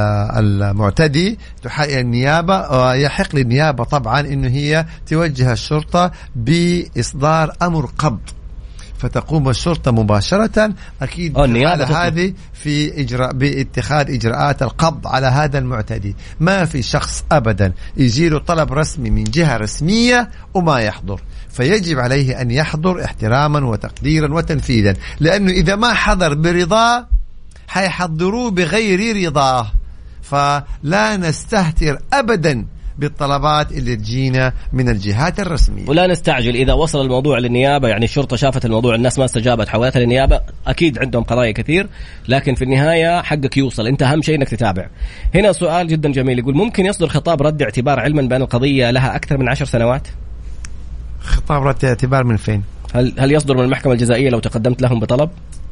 المعتدي تحقق النيابة، ويحق للنيابة طبعا إنه هي توجه الشرطة بإصدار أمر قبض، فتقوم الشرطة مباشرة أكيد على هذه في إجراء باتخاذ إجراءات القبض على هذا المعتدي. ما في شخص أبدا يجيله طلب رسمي من جهة رسمية وما يحضر، فيجب عليه أن يحضر احتراما وتقديرا وتنفيذا، لأنه إذا ما حضر برضاه حيحضروه بغير رضاه. فلا نستهتر أبدا بالطلبات اللي تجينا من الجهات الرسمية، ولا نستعجل. إذا وصل الموضوع للنيابة، يعني الشرطة شافت الموضوع الناس ما استجابت حولتها للنيابة، أكيد عندهم قضايا كثير، لكن في النهاية حقك يوصل، أنت أهم شيء أنك تتابع. هنا سؤال جدا جميل يقول ممكن يصدر خطاب رد اعتبار علما بأن القضية لها أكثر من عشر سنوات؟ خطاب رد اعتبار من فين؟ هل هل يصدر من المحكمة الجزائية لو تقدمت لهم بطلب؟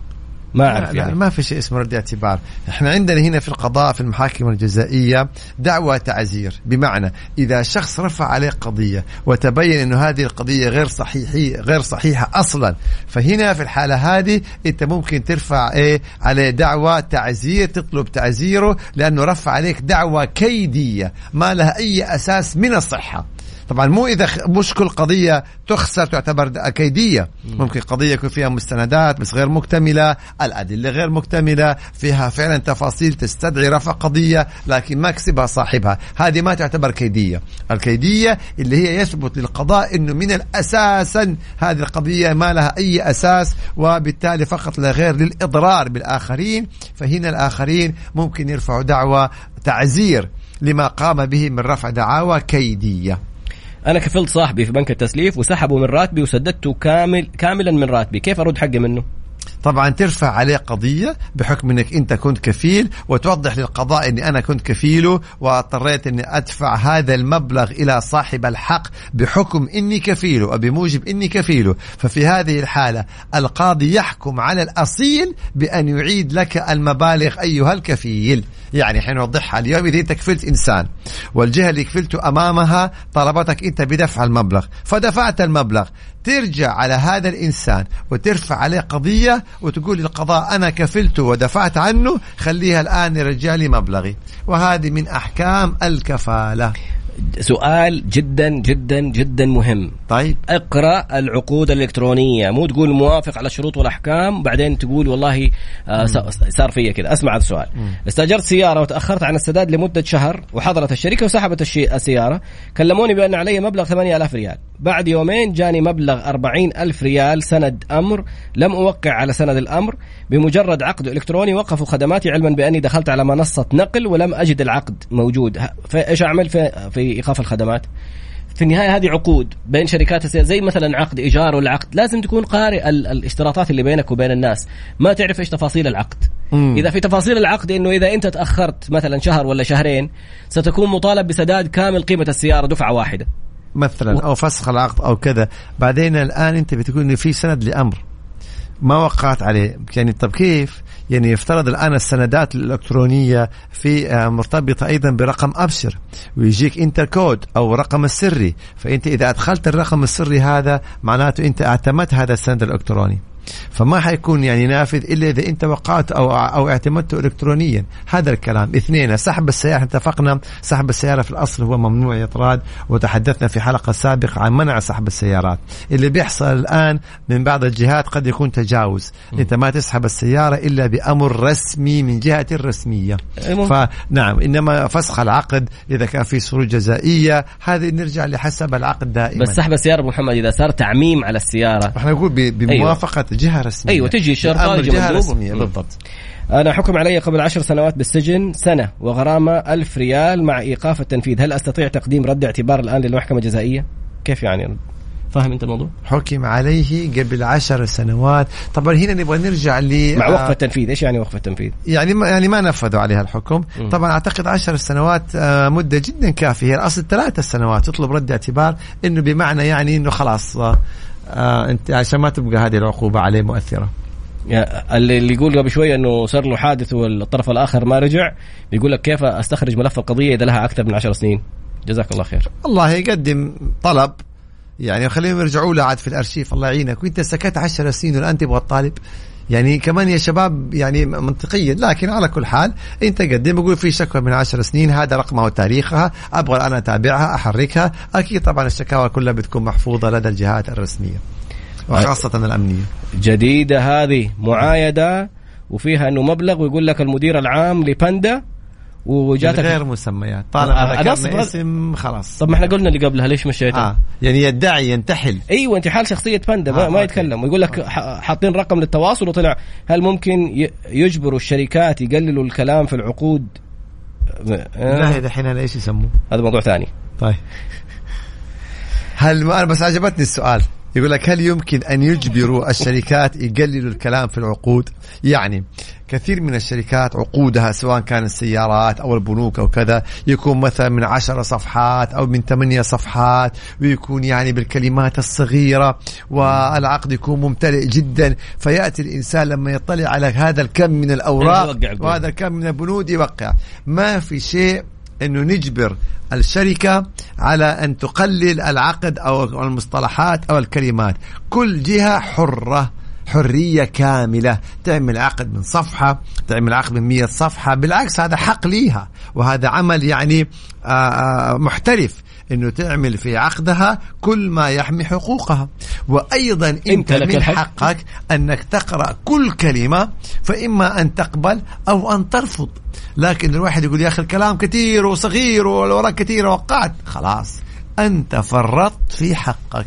ما أعرف لا يعني. لا ما في شيء اسمه رد اعتبار. احنا عندنا هنا في القضاء في المحاكم الجزائية دعوى تعزير، بمعنى إذا شخص رفع عليه قضية وتبين إنه هذه القضية غير صحيحة غير صحيحة أصلا، فهنا في الحالة هذه أنت ممكن ترفع إيه عليه دعوى تعزير، تطلب تعزيره لأنه رفع عليك دعوى كيدية ما لها أي أساس من الصحة. طبعا مو إذا مش كل قضية تخسر تعتبر كيدية، ممكن قضية يكون فيها مستندات بس غير مكتملة، الأدلة غير مكتملة، فيها فعلا تفاصيل تستدعي رفع قضية لكن ما كسبها صاحبها، هذه ما تعتبر كيدية. الكيدية اللي هي يثبت للقضاء إنه من الأساس هذه القضية ما لها أي أساس وبالتالي فقط لا غير للإضرار بالآخرين، فهنا الآخرين ممكن يرفعوا دعوى تعزير لما قام به من رفع دعاوى كيدية. أنا كفلت صاحبي في بنك التسليف وسحبوا من راتبي وسددته كامل كاملا من راتبي، كيف أرد حقي منه؟ طبعا ترفع عليه قضية بحكم أنك أنت كنت كفيل، وتوضح للقضاء أني أنا كنت كفيله واضطريت أني أدفع هذا المبلغ إلى صاحب الحق بحكم أني كفيله أو بموجب أني كفيله. ففي هذه الحالة القاضي يحكم على الأصيل بأن يعيد لك المبالغ أيها الكفيل. يعني حين نوضحها اليوم، إذا أنت كفلت إنسان والجهة اللي كفلته أمامها طلبتك أنت بدفع المبلغ فدفعت المبلغ، ترجع على هذا الإنسان وترفع عليه قضية وتقول للقضاء أنا كفلته ودفعت عنه، خليها الآن يرجع لي مبلغي، وهذه من أحكام الكفالة. سؤال جدا جدا جدا مهم. طيب اقرأ العقود الإلكترونية، مو تقول موافق على الشروط والأحكام بعدين تقول والله آه صار فيا كذا. اسمع هذا السؤال. استأجرت سيارة وتأخرت عن السداد لمدة شهر وحضرت الشركة وسحبت السيارة، كلموني بأن علي مبلغ ثمانية آلاف ريال، بعد يومين جاني مبلغ أربعين ألف ريال سند أمر، لم أوقع على سند الأمر، بمجرد عقد إلكتروني وقفوا خدماتي علما بأني دخلت على منصة نقل ولم أجد العقد موجود. فإيش أعمل في, في إيقاف الخدمات؟ في النهاية هذه عقود بين شركات السيارة، زي مثلا عقد إيجار ولا عقد، لازم تكون قارئ الاشتراطات اللي بينك وبين الناس، ما تعرف إيش تفاصيل العقد. مم. إذا في تفاصيل العقد إنه إذا أنت تأخرت مثلا شهر ولا شهرين ستكون مطالب بسداد كامل قيمة السيارة دفعة واحدة مثلا، أو فسخ العقد أو كذا. بعدين الآن أنت بتقول إن في سند لأمر ما وقعت عليه، يعني طب كيف؟ يعني يفترض الآن السندات الإلكترونية في مرتبطة أيضا برقم أبشر، ويجيك انت كود أو رقم السري، فأنت إذا أدخلت الرقم السري هذا معناته أنت اعتمدت هذا السند الإلكتروني، فما حيكون يعني نافذ إلا إذا أنت وقعت أو أو اعتمدته إلكترونيا. هذا الكلام. اثنين، سحب السيارة. اتفقنا سحب السيارة في الأصل هو ممنوع يطراد، وتحدثنا في حلقة سابقة عن منع سحب السيارات. اللي بيحصل الآن من بعض الجهات قد يكون تجاوز، م. أنت ما تسحب السيارة إلا بأمر رسمي من جهة رسمية. فنعم، إنما فسخ العقد إذا كان في شروط جزائية هذه نرجع لحسب العقد دائما. بس سحب السيارة محمد إذا صار تعميم على السيارة، احنا نقول بموافقة أيوة. جهة رسمية. أيوة، تجي الشرطة جهة رسمية بالضبط. أنا حكم علي قبل عشر سنوات بالسجن، سنة وغرامة ألف ريال مع إيقاف التنفيذ، هل أستطيع تقديم رد اعتبار الآن للمحكمة الجزائية؟ كيف يعني؟ فاهم أنت الموضوع؟ حكم عليه قبل عشر سنوات. طبعا هنا نبغى نرجع ل مع وقف التنفيذ. إيش يعني وقف التنفيذ؟ يعني ما يعني ما نفذوا عليها الحكم. م. طبعا أعتقد عشر سنوات مدة جدا كافية. الأصل ثلاثة سنوات تطلب رد اعتبار، إنه بمعنى يعني إنه خلاص آه أنت عشان ما تبقى هذه العقوبة عليه مؤثرة. اللي يقول قبل شوية أنه صار له حادث والطرف الآخر ما رجع، بيقول لك كيف أستخرج ملف القضية إذا لها أكثر من عشر سنين؟ جزاك الله خير. الله يقدم طلب يعني خليهم يرجعوا له عاد في الأرشيف، الله يعينك، وانت سكت عشر سنين والآن تبغى الطالب يعني كمان يا شباب يعني منطقيا. لكن على كل حال انت قدم بقول في شكوى من عشر سنين، هذا رقمها وتاريخها، ابغى انا اتابعها احركها. اكيد طبعا الشكاوى كلها بتكون محفوظة لدى الجهات الرسمية وخاصة الأمنية. جديدة هذه معايدة وفيها انه مبلغ، ويقول لك المدير العام لباندا وجاتك غير مسميات، طالما ذكرنا اسم خلاص. طب ما احنا قلنا اللي قبلها ليش مشيتها؟ آه. يعني يدعي ينتحل. ايوه انتحال شخصية باندا. آه. ما يتكلم ويقول لك حاطين رقم للتواصل وطلع. هل ممكن يجبروا الشركات يقللوا الكلام في العقود؟ لا هذا الحين ايش يسموه؟ هذا موضوع ثاني. طيب هل انا بس عجبتني السؤال يقول لك هل يمكن أن يجبروا الشركات يقللوا الكلام في العقود؟ يعني كثير من الشركات عقودها سواء كان السيارات أو البنوك أو كذا يكون مثلا من عشر صفحات أو من ثمانية صفحات، ويكون يعني بالكلمات الصغيرة، والعقد يكون ممتلئ جدا، فيأتي الإنسان لما يطلع على هذا الكم من الأوراق وهذا الكم من البنود يوقع. ما في شيء أنه نجبر الشركة على أن تقلل العقد أو المصطلحات أو الكلمات. كل جهة حرة، حرية كاملة، تعمل عقد من صفحة، تعمل عقد من مية صفحة، بالعكس هذا حق ليها، وهذا عمل يعني محترف انه تعمل في عقدها كل ما يحمي حقوقها. وايضا انت من حقك انك تقرأ كل كلمة، فاما ان تقبل او ان ترفض. لكن الواحد يقول يا اخي الكلام كتير وصغير والوراق كتير وقعت، خلاص انت فرطت في حقك.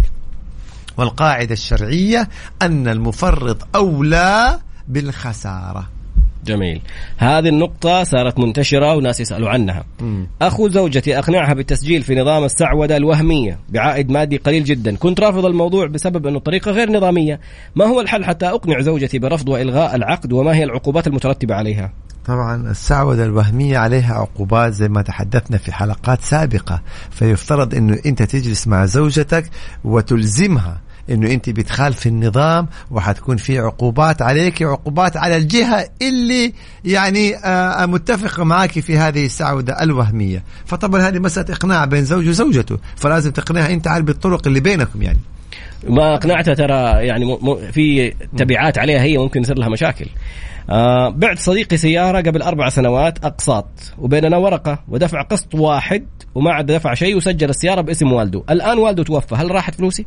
والقاعدة الشرعية أن المفرط أولى بالخسارة. جميل. هذه النقطة صارت منتشرة وناس يسألوا عنها. م. أخو زوجتي أقنعها بالتسجيل في نظام السعودة الوهمية بعائد مادي قليل جدا. كنت رافض الموضوع بسبب أنه طريقة غير نظامية. ما هو الحل حتى أقنع زوجتي برفض وإلغاء العقد، وما هي العقوبات المترتبة عليها؟ طبعا السعودة الوهمية عليها عقوبات زي ما تحدثنا في حلقات سابقة، فيفترض أنه أنت تجلس مع زوجتك وتلزمها انه انت بتخالف النظام، وحتكون في عقوبات عليك، عقوبات على الجهة اللي يعني آه متفقة معك في هذه السعودة الوهمية. فطبعا هذه مسألة اقناع بين زوج وزوجته، فلازم تقنعها انت عارف بالطرق اللي بينكم. يعني ما اقنعتها ترى يعني في تبعات عليها، هي ممكن يصير لها مشاكل. آه بعت صديقي سيارة قبل أربع سنوات أقساط، وبيننا ورقة ودفع قسط واحد وما عاد دفع شيء، وسجل السيارة باسم والده. الآن والده توفى، هل راحت فلوسي؟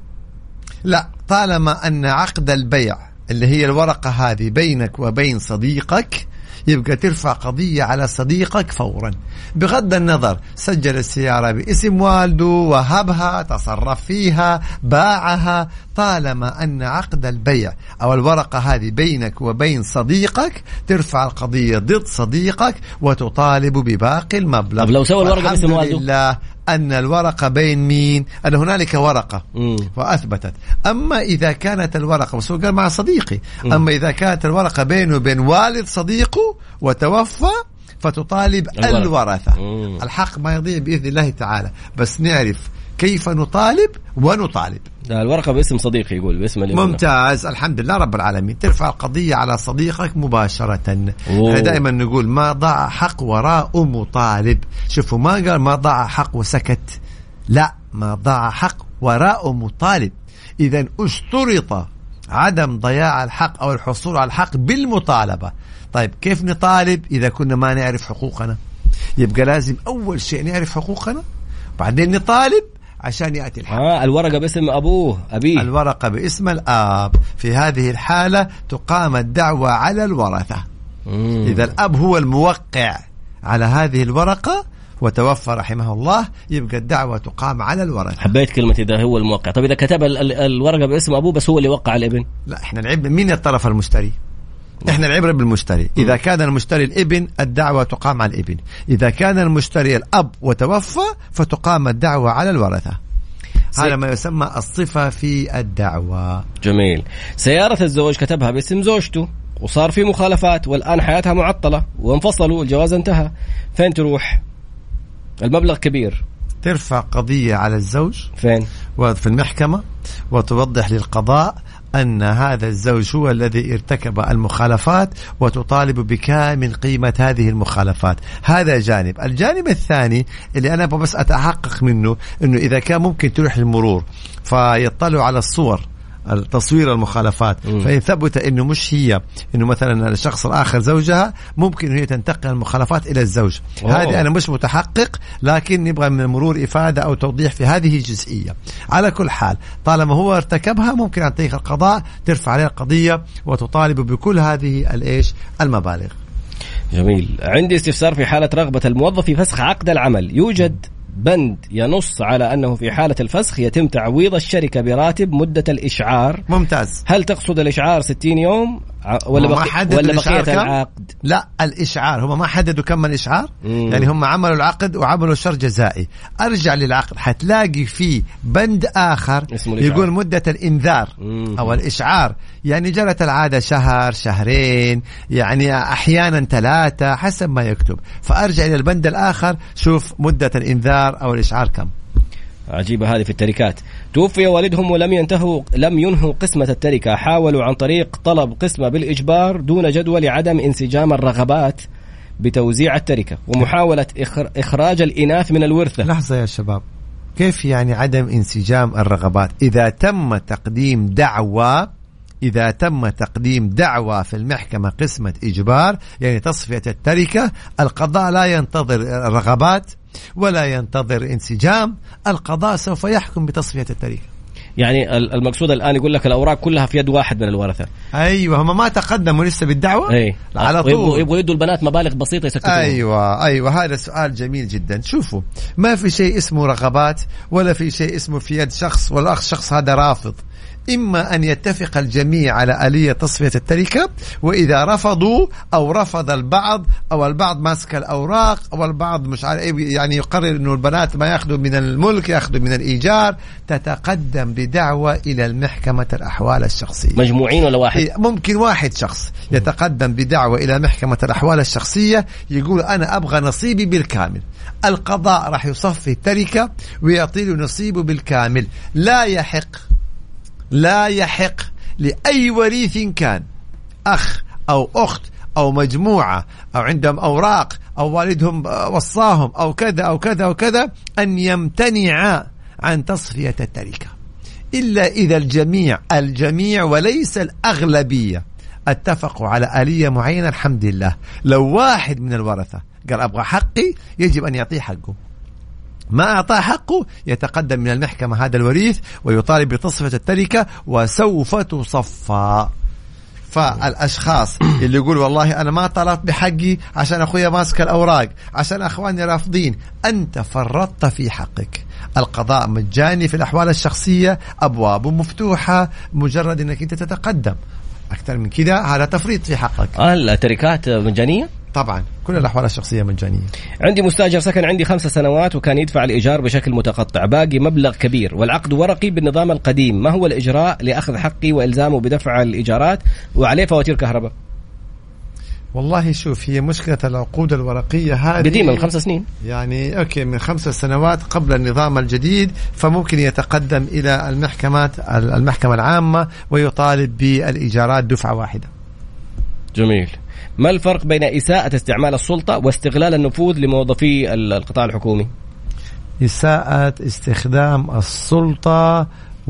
لا، طالما أن عقد البيع اللي هي الورقة هذه بينك وبين صديقك، يبقى ترفع قضية على صديقك فورا، بغض النظر سجل السيارة باسم والده، وهبها، تصرف فيها، باعها. طالما أن عقد البيع أو الورقة هذه بينك وبين صديقك، ترفع القضية ضد صديقك وتطالب بباقي المبلغ. طب لو سوى الورقة باسم والده؟ لله أن الورقة بين مين؟ أن هنالك ورقة مم. وأثبتت. أما إذا كانت الورقة وسوى قال مع صديقي مم. أما إذا كانت الورقة بينه وبين والد صديقه وتوفى، فتطالب الورثة, الورثة. الحق ما يضيع بإذن الله تعالى، بس نعرف كيف نطالب ونطالب. لا، الورقة باسم صديقي يقول باسم الابن. ممتاز، الحمد لله رب العالمين. ترفع القضية على صديقك مباشرة. دائما نقول ما ضاع حق وراء مطالب. شوفوا ما قال ما ضاع حق وسكت، لا، ما ضاع حق وراء مطالب. إذن اشترط عدم ضياع الحق أو الحصول على الحق بالمطالبة. طيب كيف نطالب إذا كنا ما نعرف حقوقنا؟ يبقى لازم أول شيء نعرف حقوقنا، بعدين نطالب عشان يأتي الحق. آه الورقة باسم أبوه أبيه. الورقة باسم الأب. في هذه الحالة تقام الدعوة على الورثة. مم. إذا الأب هو الموقع على هذه الورقة وتوفى رحمه الله، يبقى الدعوة تقام على الورثة. حبيت كلمة إذا هو الموقع. طب إذا كتب الورقة باسم أبوه بس هو اللي وقع الابن؟ لا، إحنا نعيب مين الطرف المشتري. إحنا العبرة بالمشتري. إذا كان المشتري الابن الدعوة تقام على الابن، إذا كان المشتري الأب وتوفى فتقام الدعوة على الورثة. هذا ما يسمى الصفة في الدعوة. جميل. سيارة الزوج كتبها باسم زوجته وصار في مخالفات، والآن حياتها معطلة وانفصلوا، الجواز انتهى، فين تروح؟ المبلغ كبير. ترفع قضية على الزوج فين؟ وفي المحكمة، وتوضح للقضاء أن هذا الزوج هو الذي ارتكب المخالفات، وتطالب بكامل قيمة هذه المخالفات. هذا جانب. الجانب الثاني اللي أنا بس أتحقق منه أنه إذا كان ممكن تروح للمرور فيطلعوا على الصور التصوير المخالفات، م. فإن ثبت أنه مش هي، أنه مثلا الشخص الآخر زوجها، ممكن هي تنتقل المخالفات إلى الزوج. هذه أنا مش متحقق، لكن نبغى من المرور إفادة أو توضيح في هذه الجزئية. على كل حال طالما هو ارتكبها، ممكن عن طريق القضاء ترفع عليه القضية وتطالب بكل هذه الإيش المبالغ. جميل. عندي استفسار في حالة رغبة الموظف في فسخ عقد العمل. يوجد بند ينص على أنه في حالة الفسخ يتم تعويض الشركة براتب مدة الإشعار. ممتاز. هل تقصد الإشعار ستين يوم ولا بقي ولا بقية العقد؟ لا الإشعار، هم ما حددوا كم الإشعار. مم. يعني هم عملوا العقد وعملوا شرط جزائي. أرجع للعقد حتلاقي فيه بند آخر يقول مدة الإنذار مم. أو الإشعار، يعني جرت العادة شهر شهرين، يعني أحيانا ثلاثة حسب ما يكتب. فأرجع إلى البند الآخر شوف مدة الإنذار أو الإشعار كم. عجيبة هذه في التركات. توفي والدهم ولم ينتهوا لم ينهوا قسمة التركة، حاولوا عن طريق طلب قسمة بالإجبار دون جدوى لعدم انسجام الرغبات بتوزيع التركة ومحاولة إخراج الإناث من الورثة. لحظة يا شباب، كيف يعني عدم انسجام الرغبات؟ إذا تم تقديم دعوى إذا تم تقديم دعوى في المحكمة قسمة إجبار يعني تصفية التركة، القضاء لا ينتظر الرغبات ولا ينتظر انسجام، القضاء سوف يحكم بتصفية التركة. يعني المقصود الآن يقول لك الأوراق كلها في يد واحد من الورثة. أيوة، هم ما تقدموا لسه بالدعوة. أي. على طول يبغوا يدوا البنات مبالغ بسيطة يسكتون. أيوة أيوة هذا سؤال جميل جدا. شوفوا، ما في شيء اسمه رغبات ولا في شيء اسمه في يد شخص والأخ شخص هذا رافض. إما أن يتفق الجميع على آلية تصفية التركة، وإذا رفضوا أو رفض البعض أو البعض ماسك الأوراق أو البعض مش عارف يعني يقرر إنه البنات ما يأخذوا من الملك يأخذوا من الإيجار، تتقدم بدعوة إلى المحكمة الأحوال الشخصية. مجموعين ولا واحد؟ ممكن واحد شخص يتقدم بدعوة إلى محكمة الأحوال الشخصية يقول أنا أبغى نصيبي بالكامل. القضاء راح يصفي التركة ويعطي له نصيبه بالكامل. لا يحق لا يحق لأي وريث كان أخ أو أخت أو مجموعة أو عندهم أوراق أو والدهم وصاهم أو كذا أو كذا أو كذا أن يمتنع عن تصفية التركة إلا إذا الجميع الجميع وليس الأغلبية اتفقوا على آلية معينة. الحمد لله. لو واحد من الورثة قال أبغى حقي يجب أن يعطيه حقه، ما أعطاه حقه يتقدم من المحكمة هذا الوريث ويطالب بتصفية التركة وسوف تصفى. فالأشخاص اللي يقول والله أنا ما طلبت بحقي عشان أخويا ماسك الأوراق عشان أخواني رافضين، أنت فرطت في حقك. القضاء مجاني في الأحوال الشخصية، أبوابه مفتوحة، مجرد أنك أنت تتقدم. أكثر من كده هذا تفريط في حقك. التركات مجانية؟ طبعا كل الأحوال الشخصية مجانية. عندي مستأجر سكن عندي خمس سنوات وكان يدفع الإيجار بشكل متقطع، باقي مبلغ كبير والعقد ورقي بالنظام القديم، ما هو الإجراء لأخذ حقي وإلزامه بدفع الإيجارات وعليه فواتير كهرباء؟ والله شوف، هي مشكلة العقود الورقية هذه قديمة من خمس سنين، يعني أوكي من خمس سنوات قبل النظام الجديد، فممكن يتقدم إلى المحكمات المحكمة العامة ويطالب بالإيجارات دفعة واحدة. جميل. ما الفرق بين إساءة استعمال السلطة واستغلال النفوذ لموظفي القطاع الحكومي؟ إساءة استخدام السلطة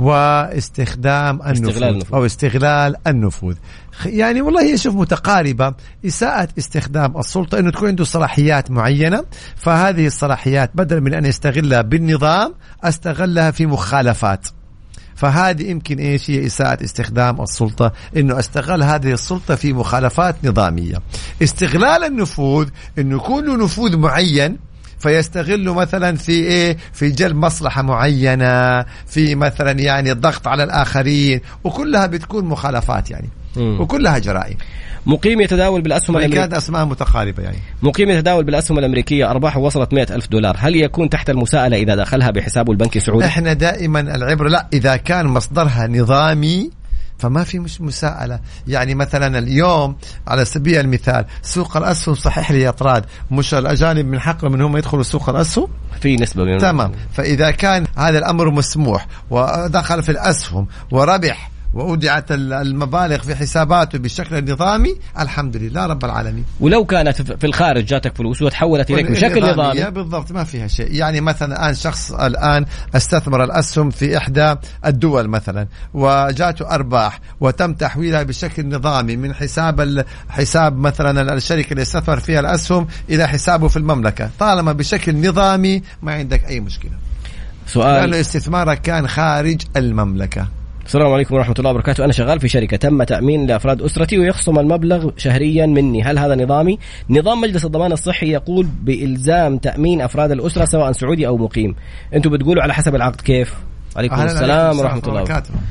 واستخدام النفوذ أو استغلال النفوذ، يعني والله هي شوف متقاربة. إساءة استخدام السلطة إنه تكون عنده صلاحيات معينة، فهذه الصلاحيات بدل من أن يستغلها بالنظام استغلها في مخالفات، فهذه يمكن إيش هي إساءة استخدام السلطة، إنه استغل هذه السلطة في مخالفات نظامية. استغلال النفوذ إنه يكون له نفوذ معين فيستغله مثلا في إيه في جلب مصلحة معينة، في مثلا يعني الضغط على الآخرين، وكلها بتكون مخالفات يعني م. وكلها جرائم. مقيم يتداول بالأسهم الأمريكية، كانت أسماء متقاربة يعني. مقيم يتداول بالأسهم الأمريكية أرباحه وصلت مئة ألف دولار، هل يكون تحت المساءلة إذا دخلها بحسابه البنكي السعودي؟ إحنا دائما العبرة لا، إذا كان مصدرها نظامي فما في مش مساءلة. يعني مثلا اليوم على سبيل المثال سوق الأسهم صحيح لي أطراد، مش الأجانب من حقهم من هم يدخلوا سوق الأسهم في نسبة منهم. تمام. فإذا كان هذا الأمر مسموح ودخل في الأسهم وربح وأودعت المبالغ في حساباته بالشكل النظامي، الحمد لله رب العالمين. ولو كانت في الخارج جاتك فلوس وتحولت إليك بشكل نظامي بالضبط ما فيها شيء. يعني مثلا الآن شخص الآن استثمر الأسهم في إحدى الدول مثلا وجاته أرباح وتم تحويلها بشكل نظامي من حساب حساب مثلا الشركة اللي استثمر فيها الأسهم إلى حسابه في المملكة، طالما بشكل نظامي ما عندك أي مشكلة. سؤال، لأنه استثمارك كان خارج المملكة. السلام عليكم ورحمة الله وبركاته. أنا شغال في شركة تم تأمين لأفراد أسرتي ويخصم المبلغ شهريا مني، هل هذا نظامي؟ نظام مجلس الضمان الصحي يقول بإلزام تأمين أفراد الأسرة سواء سعودي أو مقيم، أنتم بتقولوا على حسب العقد كيف؟ عليكم السلام ورحمة الله وبركاته.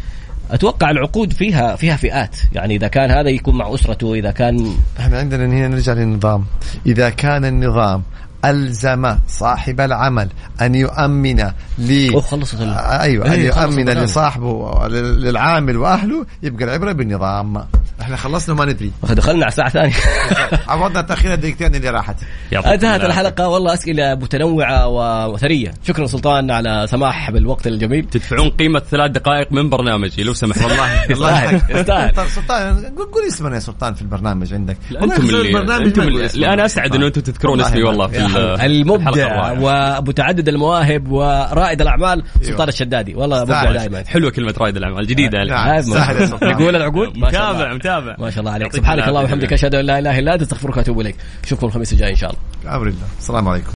اتوقع العقود فيها فيها فئات، يعني اذا كان هذا يكون مع اسرته، اذا كان احنا عندنا هنا نرجع للنظام. اذا كان النظام ألزم صاحب العمل أن يؤمن لي أيوة أن يؤمن لصاحبه للعامل وأهله، يبقى العبرة بالنظام. احنا خلصنا ما ندري، دخلنا على ساعة ثانية. عوضنا تأخير الدقيقتين اللي راحت. انتهت الحلقة، والله أسئلة متنوعة وثرية. شكرا سلطان على سماح بالوقت الجميل. تدفعون قيمة ثلاث دقائق من برنامجي لو سمحت. والله والله سلطان قول اسمنا يا سلطان في البرنامج عندك. أنتم اللي, أنتم اللي أنا أسعد إنه أنتم تذكرون اسمي والله في المبدع ومتعدد المواهب ورائد الأعمال سلطان الشدادي. والله مبدع دائما. حلوة كلمة رائد الأعمال جديدة. نقول العقود. متابع متابع ما شاء الله عليك. سبحانك اللهم وبحمدك، أشهد أن لا إله إلا أنت، أستغفرك وأتوب إليك. نشوفكم الخميس الجاي إن شاء الله. أمر الله. السلام عليكم.